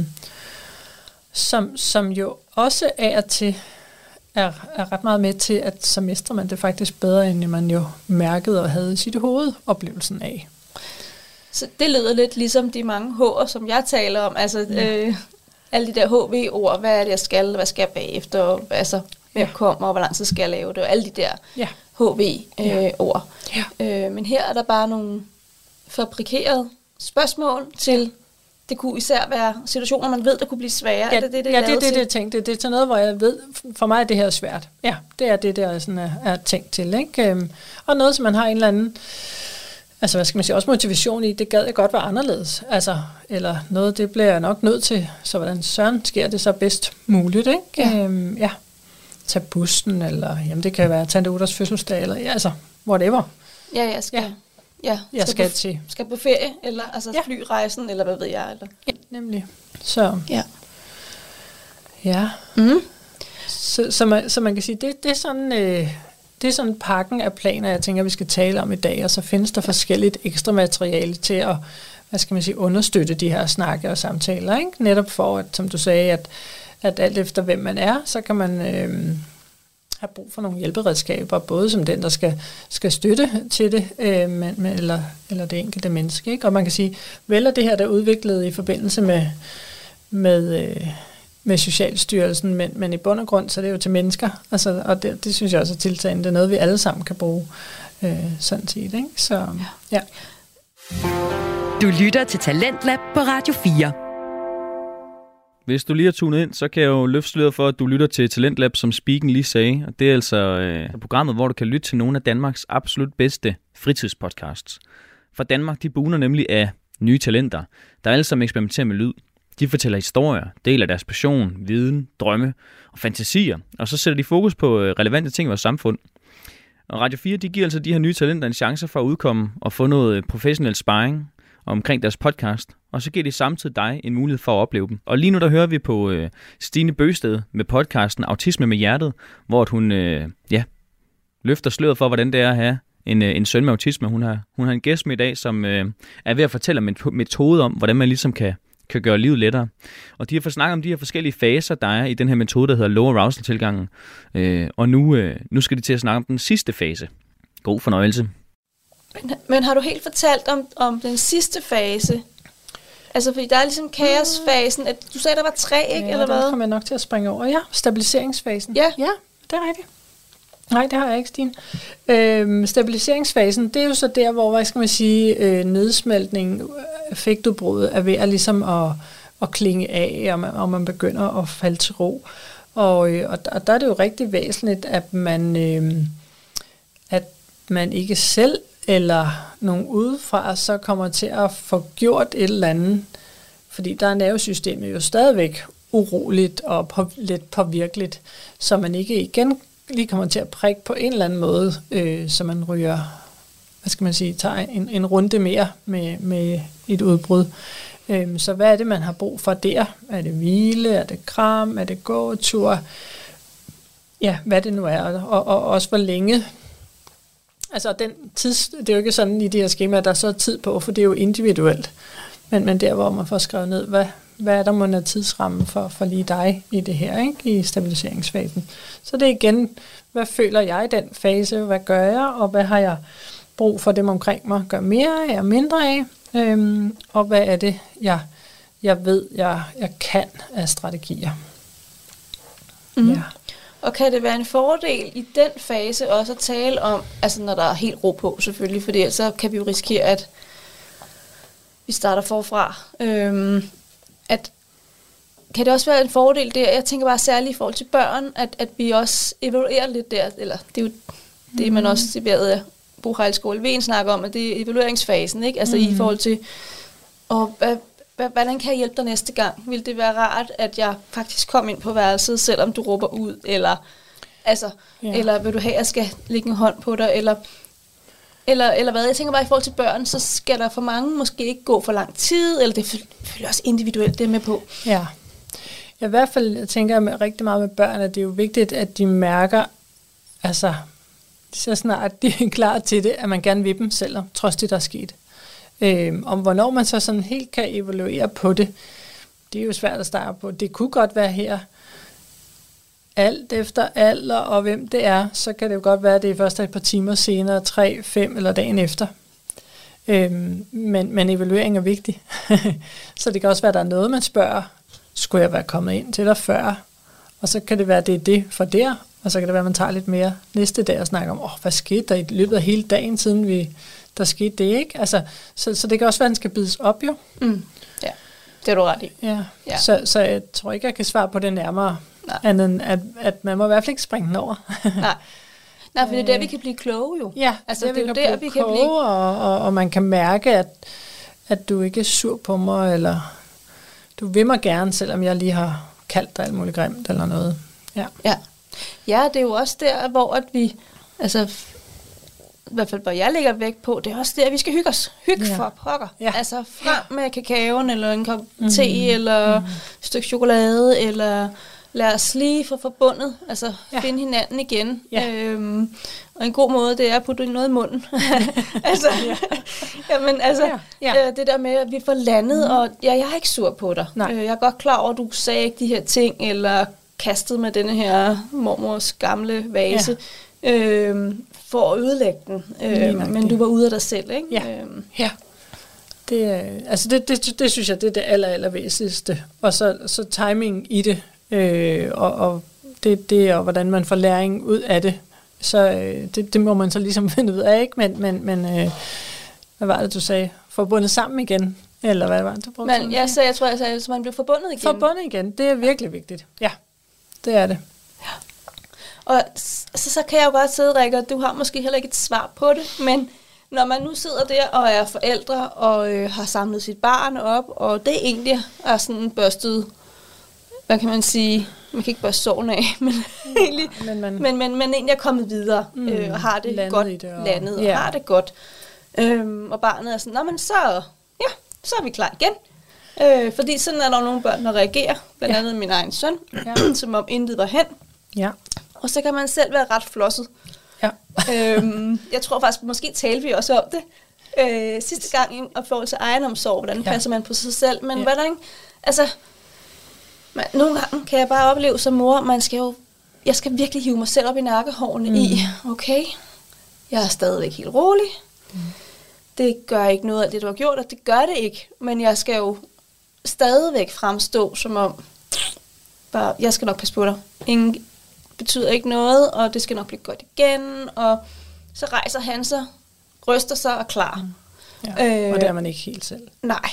Som jo også af og til er ret meget med til, at så mestrer man det faktisk bedre, end man jo mærkede og havde i sit hoved oplevelsen af. Så det lyder lidt ligesom de mange H'er, som jeg taler om. Altså alle de der HV-ord, hvad er det, jeg skal, hvad skal jeg bagefter, og altså, jeg kommer, og hvor lang tid skal jeg lave det, og alle de der HV-ord. Men her er der bare nogle fabrikerede spørgsmål til, det kunne især være situationer, man ved, der kunne blive svære. Ja, det er det, jeg tænkte. Det er til noget, hvor jeg ved, for mig er det her svært. Ja, det er det, der sådan er tænkt til. Ikke? Og noget, som man har en eller anden, altså hvad skal man sige, også motivation i, det gad jeg godt være anderledes. Altså, eller noget, det bliver jeg nok nødt til, så hvordan søren sker det så bedst muligt, ikke? Tag bussen, eller jamen, det kan være Tante Utters fødselsdag, eller altså, whatever. Jeg skal på ferie, eller altså flyrejsen, eller hvad ved jeg. Eller. Ja, nemlig. Så. Ja. Så man kan sige, det er sådan... Det er sådan pakken af planer, jeg tænker, vi skal tale om i dag, og så findes der forskelligt ekstra materiale til at, hvad skal man sige, understøtte de her snakke og samtaler, ikke? Netop for, at, som du sagde, at alt efter hvem man er, så kan man have brug for nogle hjælperedskaber, både som den, der skal støtte til det, eller det enkelte menneske, ikke? Og man kan sige, vel er det her, der er udviklet i forbindelse med Socialstyrelsen, men i bund og grund, så er det jo til mennesker, altså, og det synes jeg også er tiltagende. Det er noget, vi alle sammen kan bruge sådan set, ikke? Så, ja. Du lytter til Talentlab på Radio 4. Hvis du lige har tunet ind, så kan jeg jo løfte sløret for, at du lytter til Talentlab, som Spigen lige sagde. Og det er altså programmet, hvor du kan lytte til nogle af Danmarks absolut bedste fritidspodcasts. For Danmark, de buner nemlig af nye talenter, der alle sammen eksperimenterer med lyd. De fortæller historier, deler deres passion, viden, drømme og fantasier, og så sætter de fokus på relevante ting i vores samfund. Og Radio 4, de giver altså de her nye talenter en chance for at udkomme og få noget professionel sparring omkring deres podcast, og så giver de samtidig dig en mulighed for at opleve dem. Og lige nu der hører vi på Stine Bøgsted med podcasten Autisme med hjertet, hvor hun løfter sløret for, hvordan det er at have en søn med autisme. Hun har en gæst med i dag, som er ved at fortælle om en metode om, hvordan man ligesom kan gøre livet lettere. Og de har fået snakket om de her forskellige faser, der er i den her metode, der hedder low arousal-tilgangen. Og nu skal de til at snakke om den sidste fase. God fornøjelse. Men har du helt fortalt om den sidste fase? Altså, fordi der er ligesom kaosfasen. At du sagde, der var 3, ikke? Eller hvad? Ja, der kommer jeg nok til at springe over. Ja, stabiliseringsfasen. Ja, det er rigtigt. Nej, det har jeg ikke, Stine. Stabiliseringsfasen, det er jo så der, hvor, hvad skal man sige, nedsmeltning, affektudbruddet er ved at ligesom at klinge af, og man begynder at falde til ro. Og der er det jo rigtig væsentligt, at man ikke selv eller nogen udefra så kommer til at få gjort et eller andet, fordi der er nervesystemet jo stadigvæk uroligt og lidt påvirkeligt, så man ikke igen lige kommer til at prikke på en eller anden måde, så man ryger tager en runde mere med et udbrud. Så hvad er det, man har brug for der? Er det hvile? Er det kram? Er det gåtur? Ja, hvad det nu er. Og også hvor længe. Altså den tids, det er jo ikke sådan i de her skemaer, der er så tid på, for det er jo individuelt. Men der, hvor man får skrevet ned, hvad er der må tidsramme for lige dig i det her, ikke? I stabiliseringsfasen. Så det er igen, hvad føler jeg i den fase? Hvad gør jeg? Og hvad har jeg brug for dem omkring mig? Gør mere af og mindre af? Og hvad er det, jeg ved, jeg kan af strategier? Mm. Ja. Og kan det være en fordel i den fase også at tale om, altså når der er helt ro på selvfølgelig, fordi så kan vi jo risikere, at vi starter forfra. At kan det også være en fordel der, jeg tænker bare særligt i forhold til børn, at vi også evaluerer lidt der, eller det er jo det, man også ved af Bohejlskole Ven snakker om, at det er evalueringsfasen, ikke? Altså i forhold til, hvordan kan jeg hjælpe dig næste gang? Vil det være rart, at jeg faktisk kom ind på værelset, selvom du råber ud, eller eller vil du have, at jeg skal lægge en hånd på dig, eller hvad? Jeg tænker bare i forhold til børn, så skal der for mange måske ikke gå for lang tid, eller det er selvfølgelig også individuelt, det er med på. Ja. I hvert fald jeg tænker rigtig meget med børn, at det er jo vigtigt, at de mærker, altså så snart de er klar til det, at man gerne vil dem, selvom trods det, der er sket. Om hvornår man så sådan helt kan evaluere på det, det er jo svært at starte på. Det kunne godt være her, alt efter alder og hvem det er, så kan det jo godt være, at det er først et par timer senere, 3, 5 eller dagen efter. Men evaluering er vigtig. Så det kan også være, at der er noget, man spørger, skulle jeg være kommet ind til dig før? Og så kan det være, at det er det for der, og så kan det være, at man tager lidt mere næste dag og snakker om, hvad skete der i løbet af hele dagen, siden der skete det, ikke? Altså, så det kan også være, at den skal bides op, jo. Mm. Ja, det er du ret i. Ja. Så jeg tror ikke, jeg kan svare på det nærmere, andet at man må i hvert fald ikke springe den over. Nej, for det er der, vi kan blive kloge, jo. Ja, altså, det er jo der, vi kan blive og man kan mærke, at du ikke er sur på mig, eller du vil mig gerne, selvom jeg lige har kaldt dig alt muligt grimt, eller noget. Ja, det er jo også der, hvor at vi, altså i hvert fald, hvor jeg lægger vægt på, det er også der, vi skal hygge os. Hygge for pokker. Ja. Altså frem med kakaoen, eller en kop te, eller et stykke chokolade, eller lad os lige få forbundet, altså finde hinanden igen. Ja. Og en god måde, det er at putte noget i munden. Det der med, at vi får landet, og jeg er ikke sur på dig. Jeg er godt klar over, at du sagde ikke de her ting, eller kastede med denne her mormors gamle vase, for at ødelægge den. Men du var ude af dig selv, ikke? Ja. Det synes jeg, det er det aller væsentligste. Og så timing i det, og det og hvordan man får læring ud af det. Så det må man så ligesom finde ud af, ikke? Men hvad var det, du sagde? Forbundet sammen igen? Eller hvad var det, du brugte? Jeg tror, at man bliver forbundet igen. Forbundet igen, det er virkelig vigtigt. Ja, det er det. Ja. Og så kan jeg jo godt sidde, Rikke, og du har måske heller ikke et svar på det, men når man nu sidder der og er forældre og har samlet sit barn op, og det egentlig er sådan børstet, hvad kan man sige, man kan ikke børste sorgen af, men egentlig er kommet videre og har det landet godt landet, og har det godt. Og barnet er sådan, nå, men så er vi klar igen. Fordi sådan er der nogle børn, der reagerer, blandt andet min egen søn, som om intet var hen. Ja. Og så kan man selv være ret flosset. Ja. Jeg tror faktisk, måske talte vi også om det sidste gang i forhold til egenomsorg, hvordan passer man på sig selv, men hvordan, altså, nogle gange kan jeg bare opleve som mor, jeg skal virkelig hive mig selv op i nakkehårene i, okay, jeg er stadigvæk helt rolig, det gør ikke noget af det, du har gjort, og det gør det ikke, men jeg skal jo stadigvæk fremstå som om, bare, jeg skal nok passe på dig, ingen betyder ikke noget, og det skal nok blive godt igen, og så rejser han sig, ryster sig og klar. Ja, og det er man ikke helt selv. Nej.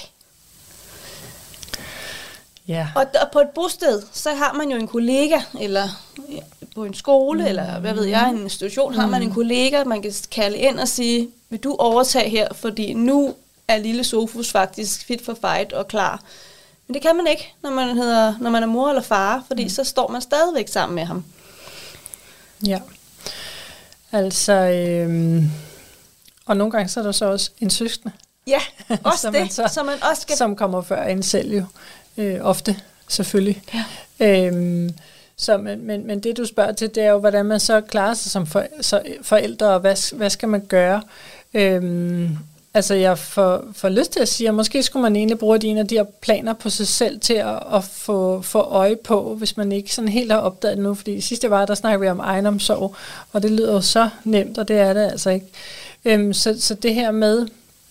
Ja. Og på et bosted, så har man jo en kollega, eller på en skole, eller hvad ved jeg, en institution, har man en kollega, man kan kalde ind og sige, vil du overtage her, fordi nu er lille Sofus faktisk fit for fight og klar. Men det kan man ikke, når man er mor eller far, fordi så står man stadigvæk sammen med ham. Ja, altså, Og nogle gange så er der så også en søskende. Ja, også det, som man også skal... Som kommer før en selv jo, ofte selvfølgelig. Ja. Men det du spørger til, det er jo, hvordan man så klarer sig som forældre, og hvad skal man gøre? Altså jeg får lyst til at sige, at måske skulle man egentlig bruge en af de her planer på sig selv til at få øje på, hvis man ikke sådan helt har opdaget det nu, fordi sidste var, der snakkede vi om egenomsorg, og det lyder jo så nemt, og det er det altså ikke. Så det her med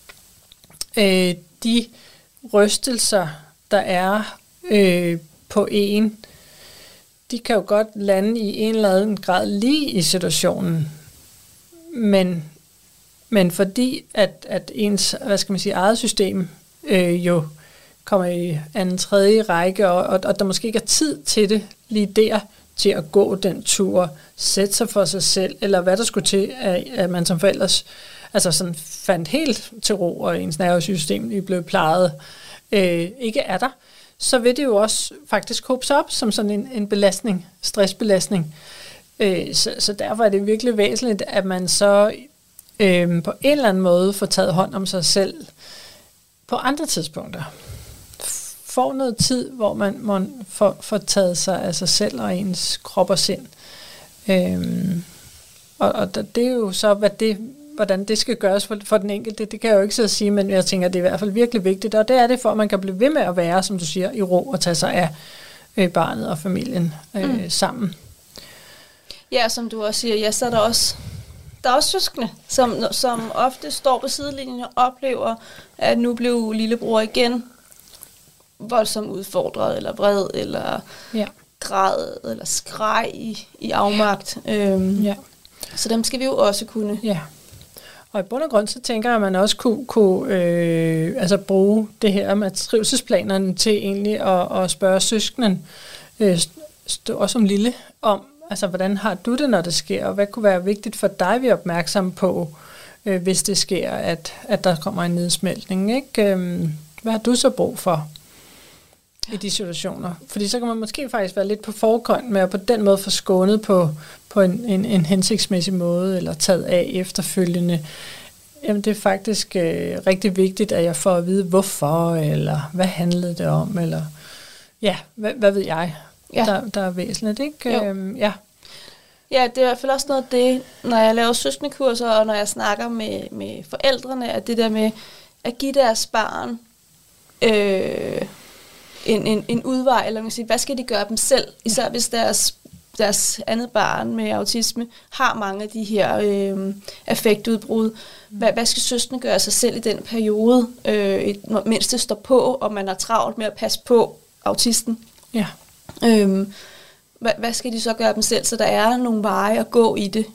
de rystelser, der er på en, de kan jo godt lande i en eller anden grad lige i situationen, men fordi at ens, hvad skal man sige, eget system jo kommer i anden, tredje række, og der måske ikke er tid til det lige der, til at gå den tur, sætte sig for sig selv, eller hvad der skulle til, at man som forældres altså sådan fandt helt til ro, og ens nervesystem blev plejet, ikke er der, så vil det jo også faktisk hobe sig op som sådan en belastning, stressbelastning. Så derfor er det virkelig væsentligt, at man så på en eller anden måde får taget hånd om sig selv på andre tidspunkter. Får noget tid, hvor man får taget sig af sig selv og ens krop og sind. Og det er jo så, hvordan det skal gøres for den enkelte, det kan jeg jo ikke så sige, men jeg tænker, det er i hvert fald virkelig vigtigt, og det er det, for at man kan blive ved med at være, som du siger, i ro og tage sig af barnet og familien sammen. Ja, som du også siger, så er der er også søskende, som ofte står på sidelinjen og oplever, at nu blev lillebror igen voldsomt udfordret, eller vred, eller græd, eller skreg i afmagt. Så dem skal vi jo også kunne. Ja. Og i bund og grund, så tænker jeg, at man også kunne bruge det her med trivselsplanerne til egentlig at spørge søskenen, også som lille, om, altså hvordan har du det, når det sker, og hvad kunne være vigtigt for dig, vi er opmærksomme på, hvis det sker, at der kommer en nedsmeltning, ikke? Hvad har du så brug for i de situationer? Fordi så kan man måske faktisk være lidt på forkant med at på den måde få skånet på en hensigtsmæssig måde, eller taget af efterfølgende. Jamen det er faktisk rigtig vigtigt, at jeg får at vide, hvorfor, eller hvad handlede det om, eller hvad ved jeg, der er væsentligt, ikke? Ja, det er i hvert fald også noget af det, når jeg laver søskendekurser, og når jeg snakker med forældrene, at det der med at give deres barn en udvej, eller man kan sige, hvad skal de gøre dem selv, især hvis deres andet barn med autisme har mange af de her affektudbrud. Hvad skal søskende gøre sig selv i den periode, mens det står på, og man er travlt med at passe på autisten? Ja. Hvad skal de så gøre dem selv, så der er nogle veje at gå i det?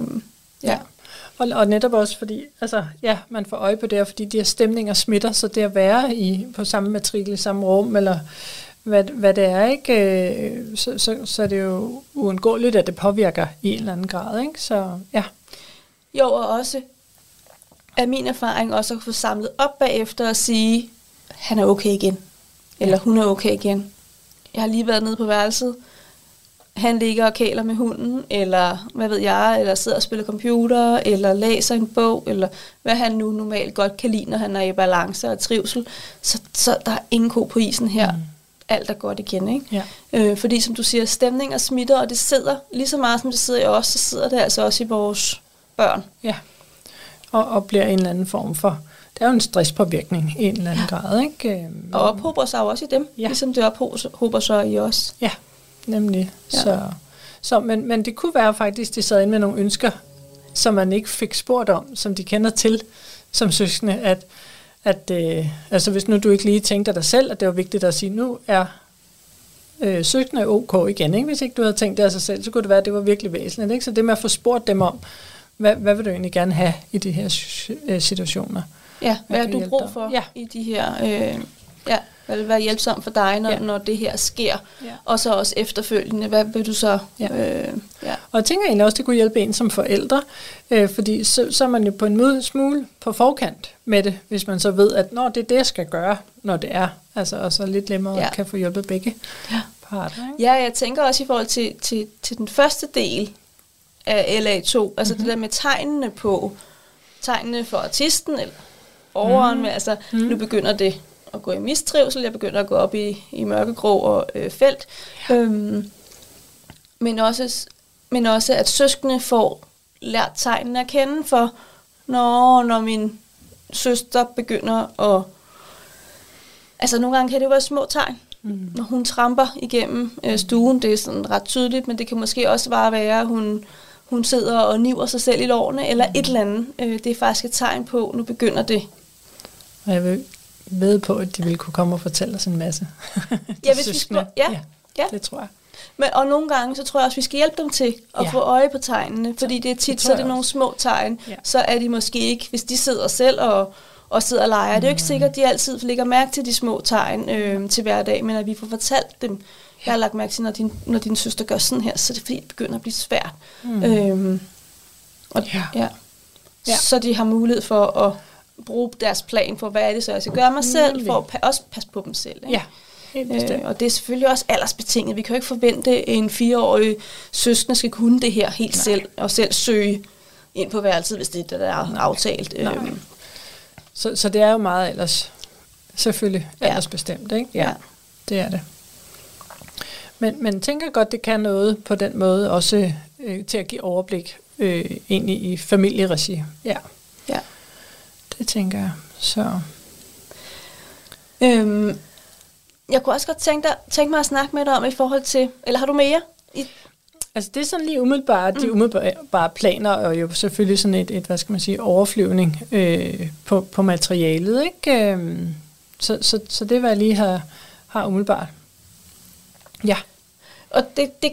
Og netop også fordi, man får øje på det, fordi de her stemninger smitter, så det at være på samme matrikel, i samme rum, eller hvad det er, ikke? Så er det jo uundgåeligt, at det påvirker i en eller anden grad, ikke? Så ja. Jo, og også er min erfaring også at få samlet op bagefter og sige, han er okay igen, eller hun er okay igen. Jeg har lige været nede på værelset, han ligger og kæler med hunden, eller hvad ved jeg, eller sidder og spiller computer, eller læser en bog, eller hvad han nu normalt godt kan lide, når han er i balance og trivsel. Så der er ingen ko på isen her. Alt er godt igen, ikke? Ja. Fordi som du siger, stemninger smitter, og det sidder lige så meget, som det sidder i os, så sidder det altså også i vores børn. Ja, og bliver en eller anden form for, det er jo en stresspåvirkning i en eller anden grad, ikke? Og ophober sig også i dem, ligesom det ophober sig i os. Ja. Nemlig. Ja. Men det kunne være faktisk, de sad inde med nogle ønsker, som man ikke fik spurgt om, som de kender til som søskende, at hvis nu du ikke lige tænkte dig selv, at det var vigtigt at sige, nu er søskende ok igen, ikke? Hvis ikke du havde tænkt det af sig selv, så kunne det være, at det var virkelig væsentligt, ikke? Så det med at få spurgt dem om, hvad vil du egentlig gerne have i de her situationer? Ja, hvad har du brug for i de her... Hvad vil være hjælpsomt for dig, når det her sker? Ja. Og så også efterfølgende, hvad vil du så... Og jeg tænker egentlig også, det kunne hjælpe en som forældre, fordi så er man jo på en smule på forkant med det, hvis man så ved, at det er det, jeg skal gøre, når det er. Og så lidt nemmere kan få hjælpet begge parter. Ikke? Ja, jeg tænker også i forhold til den første del af LA2, altså det der med tegnene på, tegnene for autisten, eller borgeren, altså nu begynder det at gå i mistrivsel, jeg begynder at gå op i mørkegrå og felt. Men også, at søskende får lært tegnene at kende for, når min søster begynder at... Altså nogle gange kan det jo være små tegn, når hun tramper igennem stuen. Det er sådan ret tydeligt, men det kan måske også bare være, at hun sidder og niver sig selv i lårene, eller et eller andet. Det er faktisk et tegn på, nu begynder det. Og jeg vil ved på, at de vil kunne komme og fortælle os en masse. Ja, hvis vi skal, ja, det tror jeg. Men, og nogle gange, så tror jeg også, vi skal hjælpe dem til at få øje på tegnene, fordi det er tit, så er det nogle små tegn, så er de måske ikke, hvis de sidder selv og sidder og leger. Det er jo ikke sikkert, at de altid lægger mærke til de små tegn til hverdag, men at vi får fortalt dem. Jeg har lagt mærke til, når din søster gør sådan her, så er det fordi, det begynder at blive svært. Så de har mulighed for at bruge deres plan for, hvad er det så, jeg skal gøre mig selv, for at også passe på dem selv. Ikke? Ja. Og det er selvfølgelig også aldersbetinget. Vi kan jo ikke forvente, en 4-årig søskende skal kunne det her helt selv, og selv søge ind på værelset, hvis det er der er aftalt. Så det er jo meget ellers, selvfølgelig aldersbestemt, ikke? Ja. Det er det. Men tænker godt, det kan noget på den måde også til at give overblik egentlig i familieregi. Ja. Det tænker jeg. Så. Jeg kunne også godt tænke mig at snakke med dig om i forhold til, eller har du mere? Altså det er sådan lige umiddelbart, de umiddelbare planer, og jo selvfølgelig sådan et hvad skal man sige, overflyvning på materialet, ikke? Så det var jeg lige har umiddelbart. Ja. Og det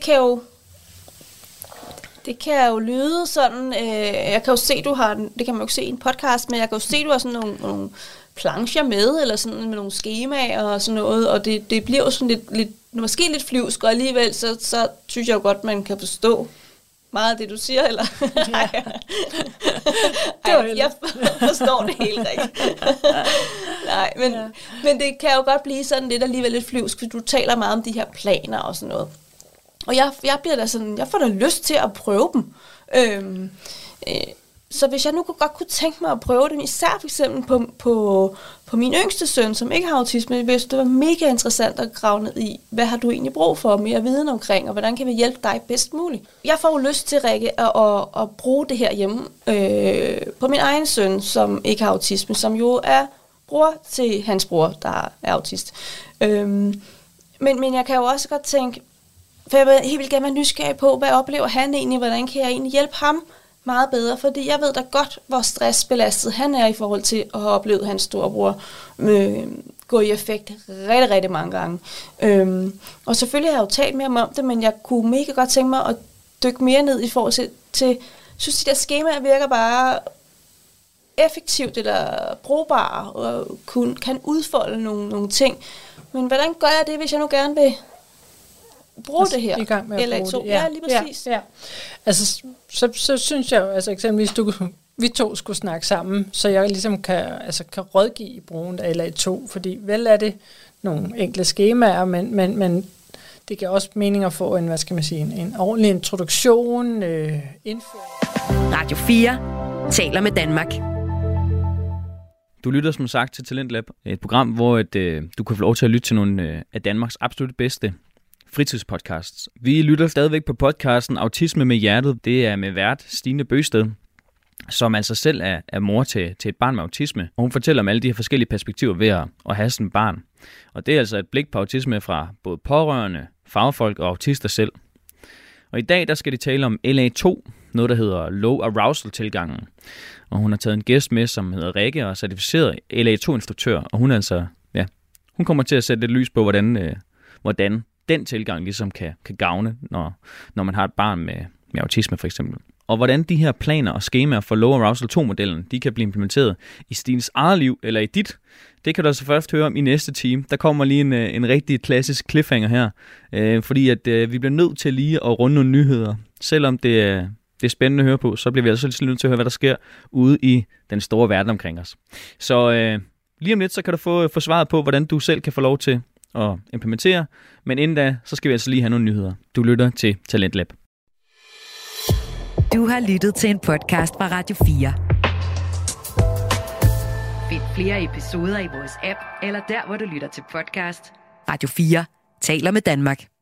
kan jo lyde sådan, jeg kan jo se, du har, det kan man jo ikke se i en podcast, men jeg kan jo se, du har sådan nogle plancher med, eller sådan med nogle skemaer og sådan noget, og det bliver jo sådan lidt måske lidt flyvsk, og alligevel så synes jeg jo godt, man kan forstå meget af det, du siger, eller? Jeg forstår det helt rigtigt. Nej, men det kan jo godt blive sådan lidt alligevel lidt flyvsk, fordi du taler meget om de her planer og sådan noget. Og jeg bliver da sådan, jeg får da lyst til at prøve dem. Så hvis jeg nu godt kunne tænke mig at prøve dem, især for eksempel på min yngste søn, som ikke har autisme, hvis det var mega interessant at grave ned i, hvad har du egentlig brug for, mere viden omkring, og hvordan kan vi hjælpe dig bedst muligt. Jeg får jo lyst til, Rikke, at bruge det her hjemme på min egen søn, som ikke har autisme, som jo er bror til hans bror, der er autist. Men jeg kan jo også godt tænke, for jeg vil helt vildt gerne være nysgerrig på, hvad oplever han egentlig, hvordan kan jeg egentlig hjælpe ham meget bedre, fordi jeg ved da godt, hvor stressbelastet han er i forhold til at have oplevet hans storebror gå i effekt rigtig, rigtig mange gange. Og selvfølgelig har jeg jo talt med ham om det, men jeg kunne mega godt tænke mig at dykke mere ned i forhold til synes, de der skemaer virker bare effektivt eller brugbare og kan udfolde nogle ting. Men hvordan gør jeg det, hvis jeg nu gerne vil bruge det her? I gang med at LA2. bruge det. Ja, lige præcis. Ja. Altså, så synes jeg jo, altså eksempelvis, vi to skulle snakke sammen, så jeg ligesom kan rådgive i brugen af LA2, fordi vel er det nogle enkle skemaer, men det giver også mening at få en, hvad skal man sige, en ordentlig introduktion, indføring. Radio 4 taler med Danmark. Du lytter som sagt til Talentlab, et program, hvor du kan få lov til at lytte til nogle af Danmarks absolut bedste fritidspodcasts. Vi lytter stadigvæk på podcasten Autisme med hjertet. Det er med vært Stine Bøsted, som altså selv er mor til et barn med autisme. Og hun fortæller om alle de her forskellige perspektiver ved at have sådan et barn. Og det er altså et blik på autisme fra både pårørende, fagfolk og autister selv. Og i dag der skal de tale om LA2, noget der hedder Low Arousal-tilgangen. Og hun har taget en gæst med, som hedder Rikke og er certificeret LA2-instruktør. Og hun hun kommer til at sætte lidt lys på, hvordan den tilgang ligesom kan gavne, når man har et barn med autisme for eksempel. Og hvordan de her planer og skemaer for Low Arousal 2-modellen, de kan blive implementeret i Stines eget liv eller i dit, det kan du altså først høre om i næste time. Der kommer lige en rigtig klassisk cliffhanger her, fordi at vi bliver nødt til lige at runde nogle nyheder. Selvom det er spændende at høre på, så bliver vi altså lige nødt til at høre, hvad der sker ude i den store verden omkring os. Så lige om lidt, så kan du få svaret på, hvordan du selv kan få lov til at implementere. Men inden da, så skal vi altså lige have nogle nyheder. Du lytter til Talentlab. Du har lyttet til en podcast fra Radio 4. flere episoder i vores app, eller der, hvor du lytter til podcast. Radio 4 taler med Danmark.